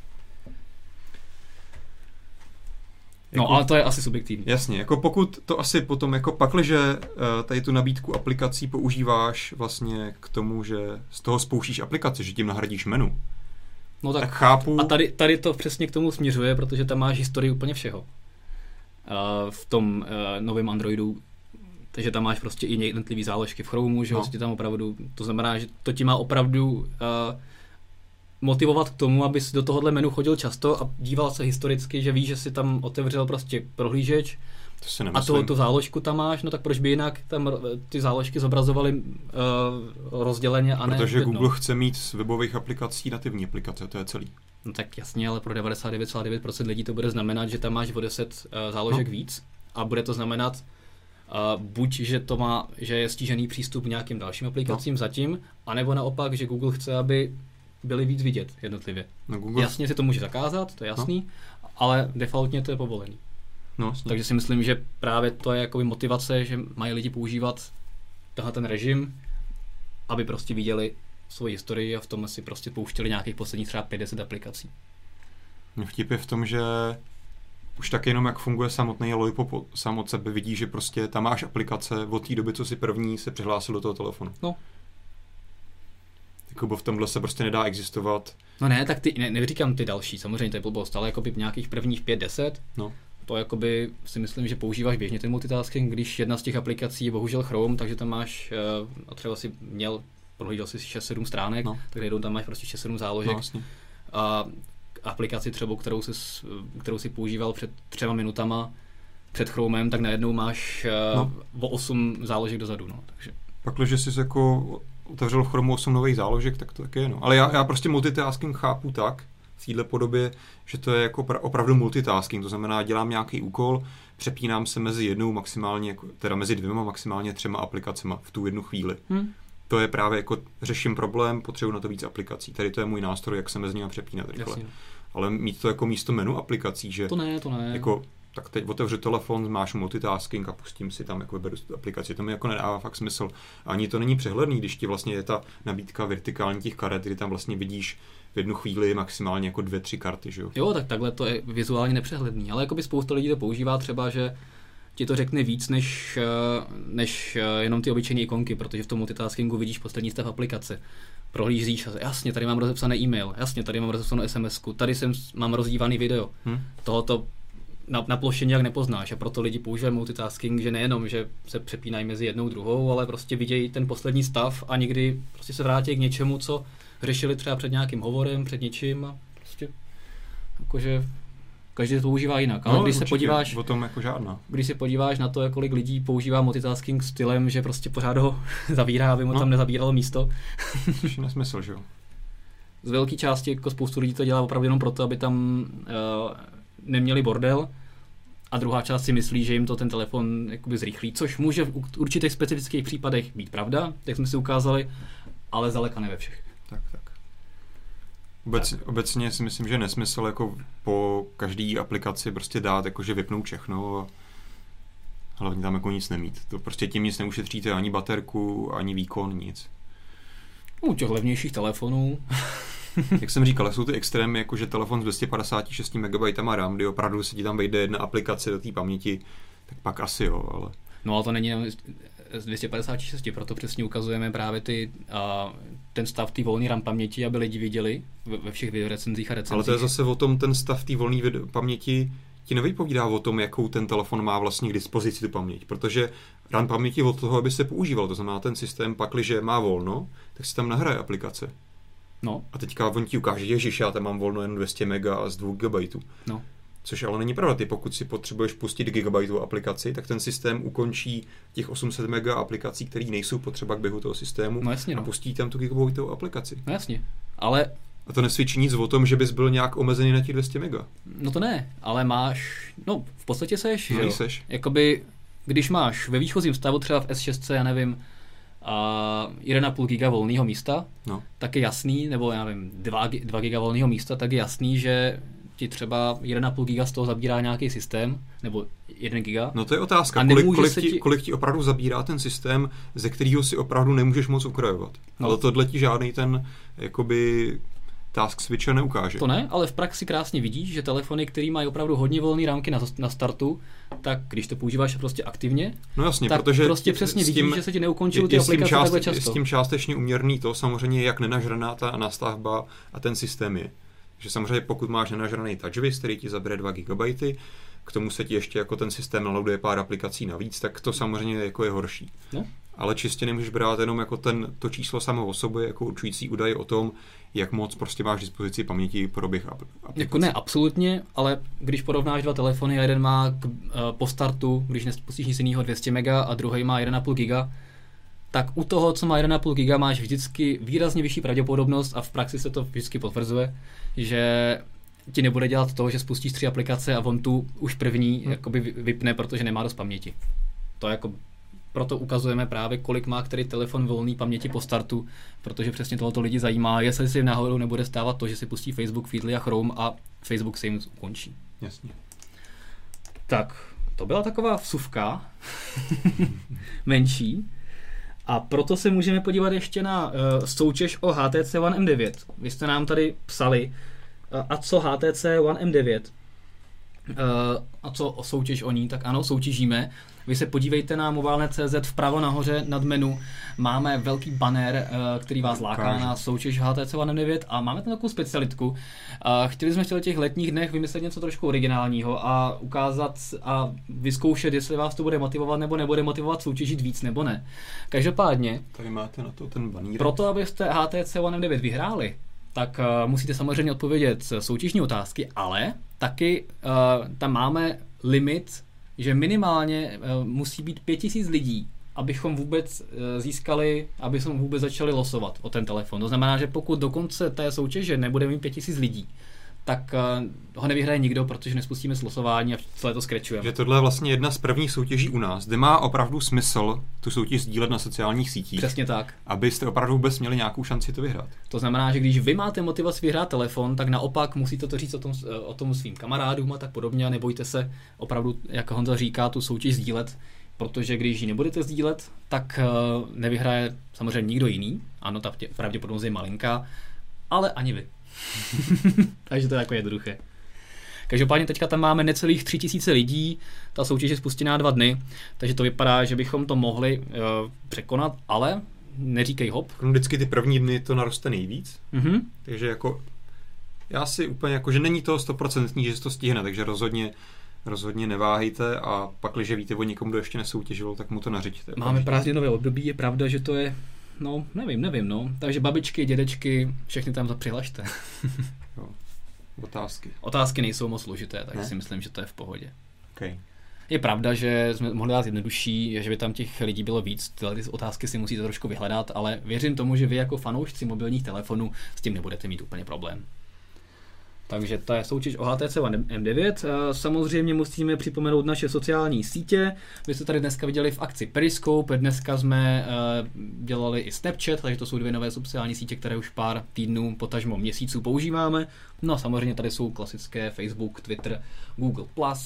No, ale to je asi subjektivní. Jasně, jako pokud to asi potom, jako pakliže tady tu nabídku aplikací používáš vlastně k tomu, že z toho spouštíš aplikaci, že tím nahradíš menu, no tak chápu... A tady to přesně k tomu směřuje, protože tam máš historii úplně všeho. V tom novém Androidu, takže tam máš prostě i jednotlivý záložky v Chromeu, že vlastně tam opravdu, to znamená, že to ti má opravdu motivovat k tomu, abys do tohohle menu chodil často a díval se historicky, že víš, že si tam otevřel prostě prohlížeč a tu záložku tam máš, no tak proč by jinak tam ty záložky zobrazovaly rozděleně a ne... Protože Google chce mít z webových aplikací nativní aplikace, to je celý. No tak jasně, ale pro 99,9% lidí to bude znamenat, že tam máš o 10 záložek víc a bude to znamenat buď, že je stížený přístup k nějakým dalším aplikacím zatím, anebo naopak, že Google chce, aby byly víc vidět jednotlivě. No, Google... Jasně si to může zakázat, to je jasný, ale defaultně to je povolený. No, takže si myslím, že právě to je jakoby motivace, že mají lidi používat ten režim, aby prostě viděli svoji historii a v tom si prostě pouštěli nějakých posledních třeba 50 aplikací. Vtip je v tom, že už tak jenom jak funguje samotný Lollipop sám od sebe vidí, že prostě tam máš aplikace od té doby, co si první se přihlásil do toho telefonu. No. Jako v tomhle se prostě nedá existovat. No ne, tak neříkám ty další, samozřejmě to je blbost, ale jakoby nějakých prvních 5-10, no. To jakoby si myslím, že používáš běžně ten multitasking, když jedna z těch aplikací je bohužel Chrome, takže tam máš, a třeba si prohlídal si 6-7 stránek, tak jednou tam máš prostě 6-7 záložek. No, a aplikaci třeba, kterou si používal před 3 minutama před Chromem, tak najednou máš o 8 záložek dozadu. No, takže. Pakliže jsi jako otevřel v Chromu 8 nových záložek, tak to taky je. No. Ale já prostě multitasking chápu tak, v této podobě, že to je jako opravdu multitasking, to znamená, dělám nějaký úkol, přepínám se mezi jednou maximálně, teda mezi 2 maximálně 3 aplikacemi v tu jednu chvíli. To je právě jako řeším problém, potřebuji na to víc aplikací. Tady to je můj nástroj, jak se mezi nimi přepínat rychle. Ale mít to jako místo menu aplikací, že to ne. Jako, tak teď otevřu telefon, máš multitasking a pustím si tam, jako vyberu aplikaci. To mi jako nedává fakt smysl. Ani to není přehledný, když ti vlastně je ta nabídka vertikální těch karet, kdy tam vlastně vidíš v jednu chvíli maximálně jako 2-3 karty, že jo? Jo, tak takhle to je vizuálně nepřehledný, ale jakoby spousta lidí to používá třeba, že ti to řekne víc než jenom ty obyčejné ikonky, protože v tom multitaskingu vidíš poslední stav aplikace. Prohlížíš a jasně, tady mám rozepsaný e-mail, jasně, tady mám rozepsanou SMS-ku, tady mám rozdívaný video. Tohoto na ploše nějak nepoznáš a proto lidi používají multitasking, že nejenom, že se přepínají mezi jednou druhou, ale prostě vidějí ten poslední stav a někdy prostě se vrátí k něčemu, co řešili třeba před nějakým hovorem, před něčím a prostě jakože každý to používá jinak, ale když se podíváš o tom jako žádná. Když se podíváš na to, kolik lidí používá multitasking stylem, že prostě pořád ho zavírá, aby mu tam nezabíralo místo. Což je nesmysl, že jo? Z velké části jako spoustu lidí to dělá opravdu jenom proto, aby tam neměli bordel a druhá část si myslí, že jim to ten telefon jakoby zrychlí, což může v určitých specifických případech být pravda, jak jsme si ukázali, ale zdaleka ne ve všech. Tak. Obecně si myslím, že je nesmysl jako po každý aplikaci prostě dát, jakože vypnout všechno a hlavně tam jako nic nemít. To prostě tím nic neušetříte, ani baterku, ani výkon, nic. U těch levnějších telefonů. Jak jsem říkal, jsou ty extrémy, jakože telefon s 256 MB RAM, kdy opravdu se ti tam vejde jedna aplikace do té paměti, tak pak asi jo, ale... No ale to není z 256, proto přesně ukazujeme právě ten stav té volné RAM paměti, aby lidi viděli ve všech recenzích a recenzích. Ale to je zase o tom, ten stav té volné paměti ti nevypovídá o tom, jakou ten telefon má vlastně k dispozici tu paměť, protože RAM paměti od toho, aby se používal, to znamená ten systém, pakliže má volno, tak si tam nahraje aplikace. No. A teďka on ti ukáže, ježiš, já tam mám volno jen 200 mega z 2 GB. No. Což ale není pravda. Ty pokud si potřebuješ pustit gigabajtovou aplikaci, tak ten systém ukončí těch 800 mega aplikací, které nejsou potřeba k běhu toho systému, no jasně, a pustí tam tu gigabajtovou aplikaci. No jasně, ale... A to nesvědčí nic o tom, že bys byl nějak omezený na těch 200 mega. No to ne, ale máš... No, v podstatě seš, no, že jo? Seš. Jakoby, když máš ve výchozím stavu třeba v S6, já nevím, 1,5 giga volného místa, no. Tak je jasný, nebo já nevím, 2 giga volného místa, tak je jasný, že ti třeba 1,5 giga z toho zabírá nějaký systém, nebo 1 giga. No to je otázka, kolik ti opravdu zabírá ten systém, ze kterého si opravdu nemůžeš moc ukrajovat. No. Ale tohle ti žádný ten, jakoby, task switcher neukáže. To ne, ale v praxi krásně vidíš, že telefony, které mají opravdu hodně volné rámky na startu, tak když to používáš prostě aktivně, no jasně, tak protože prostě přesně vidíš, že se ti neukončily ty aplikace takhle často. Je s tím částečně uměrný to, samozřejmě jak nenažraná ta nastavba a ten systém je. Že samozřejmě pokud máš nenažraný TouchWiz, který ti zabere 2 GB, k tomu se ti ještě jako ten systém naloaduje pár aplikací navíc, tak to samozřejmě jako je horší. No. Ale čistě nemůžeš brát jenom jako to číslo samo o sobě jako určující údaj o tom, jak moc prostě máš dispozici paměti pro běh aplikací. Jako ne absolutně, ale když porovnáš dva telefony a jeden má po startu, když nespustíš nic jiného 200 mega a druhý má 1,5 giga, tak u toho, co má 1,5 giga, máš vždycky výrazně vyšší pravděpodobnost a v praxi se to vždycky potvrzuje, že ti nebude dělat to, že spustíš 3 aplikace a on tu už první jakoby vypne, protože nemá dost paměti. To jako proto ukazujeme právě, kolik má který telefon volný paměti po startu, protože přesně tohoto lidi zajímá, jestli si náhodou nebude stávat to, že si pustí Facebook, Feedly a Chrome a Facebook se jim ukončí. Jasně. Tak, to byla taková vsuvka menší. A proto se můžeme podívat ještě na soutěž o HTC One M9. Vy jste nám tady psali, a co HTC One M9? A co o soutěž o ní? Tak ano, soutěžíme. Vy se podívejte na mobilnet.cz, vpravo nahoře nad menu máme velký banner, který vás láká na soutěž HTC One M9 a máme tam takovou specialitku. Chtěli jsme v těch letních dnech vymyslet něco trošku originálního a ukázat a vyzkoušet, jestli vás to bude motivovat nebo nebude motivovat soutěžit víc nebo ne. Každopádně, tady máte na to ten banner. Proto, abyste HTC One M9 vyhráli, tak musíte samozřejmě odpovědět soutěžní otázky, ale taky tam máme limit, že minimálně musí být 5000 lidí, abychom vůbec získali, abychom vůbec začali losovat o ten telefon. To znamená, že pokud do konce té soutěže nebude mít 5000 lidí, tak ho nevyhraje nikdo, protože nespustíme losování a celé to skrečujeme. Že tohle je vlastně jedna z prvních soutěží u nás, kde má opravdu smysl tu soutěž sdílet na sociálních sítích. Přesně tak. Abyste opravdu vůbec měli nějakou šanci to vyhrát. To znamená, že když vy máte motivaci vyhrát telefon, tak naopak musíte to říct o tom svým kamarádům a tak podobně a nebojte se opravdu, jak Honza říká, tu soutěž sdílet, protože když ji nebudete sdílet, tak nevyhraje samozřejmě nikdo jiný. Ano, ta pravděpodobnost je malinká, ale ani vy. Takže to je jako jednoduché. Každopádně teďka tam máme necelých 3000 lidí, ta soutěž je spustená 2 dny, takže to vypadá, že bychom to mohli překonat, ale neříkej hop. Vždycky ty první dny to naroste nejvíc, takže jako já si úplně jako, že není to 100%, že se to stihne, takže rozhodně neváhejte a pak, když víte o někomu, kdo ještě nesoutěžil, tak mu to nařiďte. Máme prázdninové období, je pravda, že to je, no nevím, no. Takže babičky, dědečky, všechny tam přihlašte. Jo. Otázky. Otázky nejsou moc složité, takže si myslím, že to je v pohodě. Okay. Je pravda, že jsme mohli dát jednodušší, že by tam těch lidí bylo víc, tyhle ty otázky si musíte trošku vyhledat, ale věřím tomu, že vy jako fanoušci mobilních telefonů s tím nebudete mít úplně problém. Takže to je soutěž o HTC One M9. Samozřejmě musíme připomenout naše sociální sítě. Vy jste tady dneska viděli v akci Periscope, dneska jsme dělali i Snapchat, takže to jsou 2 nové sociální sítě, které už pár týdnů, potažmo měsíců používáme. No a samozřejmě tady jsou klasické Facebook, Twitter, Google+.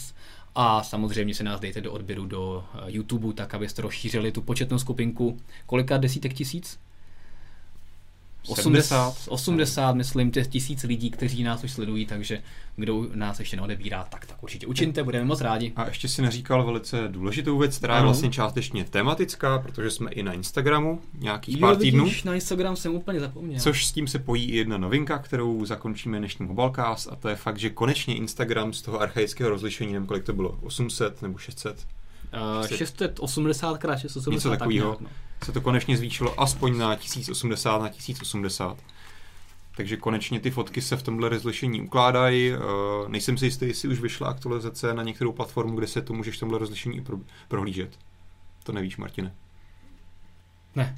A samozřejmě si nás dejte do odběru do YouTube, tak abyste rozšířili tu početnou skupinku. Kolika desítek tisíc? 80, myslím, 1000 lidí, kteří nás už sledují, takže kdo nás ještě neodebírá, tak určitě učiňte, budeme moc rádi. A ještě si neříkal velice důležitou věc, která je vlastně částečně tematická, protože jsme i na Instagramu nějakých pár týdnů. Na Instagram jsem úplně zapomněl. Což s tím se pojí i jedna novinka, kterou zakončíme dnešní Mobilecast, a to je fakt, že konečně Instagram z toho archaického rozlišení, nevím, kolik to bylo, 800 nebo 600? 680 x 680. Něco takového. Se to konečně zvýšilo aspoň na 1080 na 1080. Takže konečně ty fotky se v tomhle rozlišení ukládají. Nejsem si jistý, jestli už vyšla aktualizace na některou platformu, kde se to můžeš v tomhle rozlišení prohlížet. To nevíš, Martine? Ne.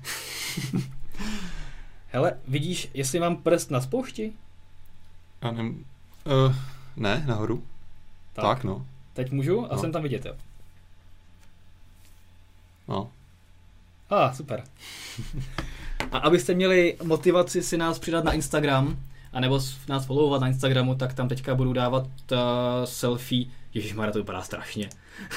Hele, vidíš, jestli mám prst na spoušti? Ne, nahoru. Tak, no. Teď můžu a jsem tam vidět, jo. No. Super. A abyste měli motivaci si nás přidat na Instagram, anebo nás followovat na Instagramu, tak tam teďka budu dávat selfie. Ježišmarja, to vypadá strašně.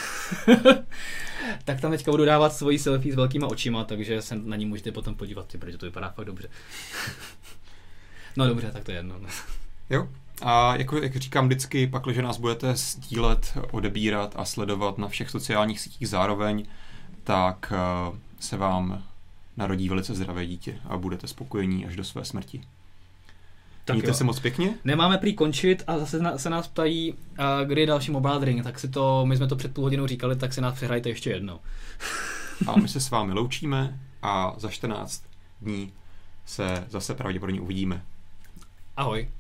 Tak tam teďka budu dávat svoji selfie s velkýma očima, takže se na ní můžete potom podívat, protože to vypadá fakt dobře. No dobře, tak to je jedno. Jo. A jak říkám vždycky, pakliže nás budete sdílet, odebírat a sledovat na všech sociálních sítích zároveň, tak se vám narodí velice zdravé dítě a budete spokojení až do své smrti. Mějte se moc pěkně. Nemáme prý končit a zase se nás ptají, kdy je další Mobile Drink, tak my jsme to před půl hodinou říkali, tak si nás přehrajte ještě jednou. A my se s vámi loučíme a za 14 dní se zase pravděpodobně uvidíme. Ahoj.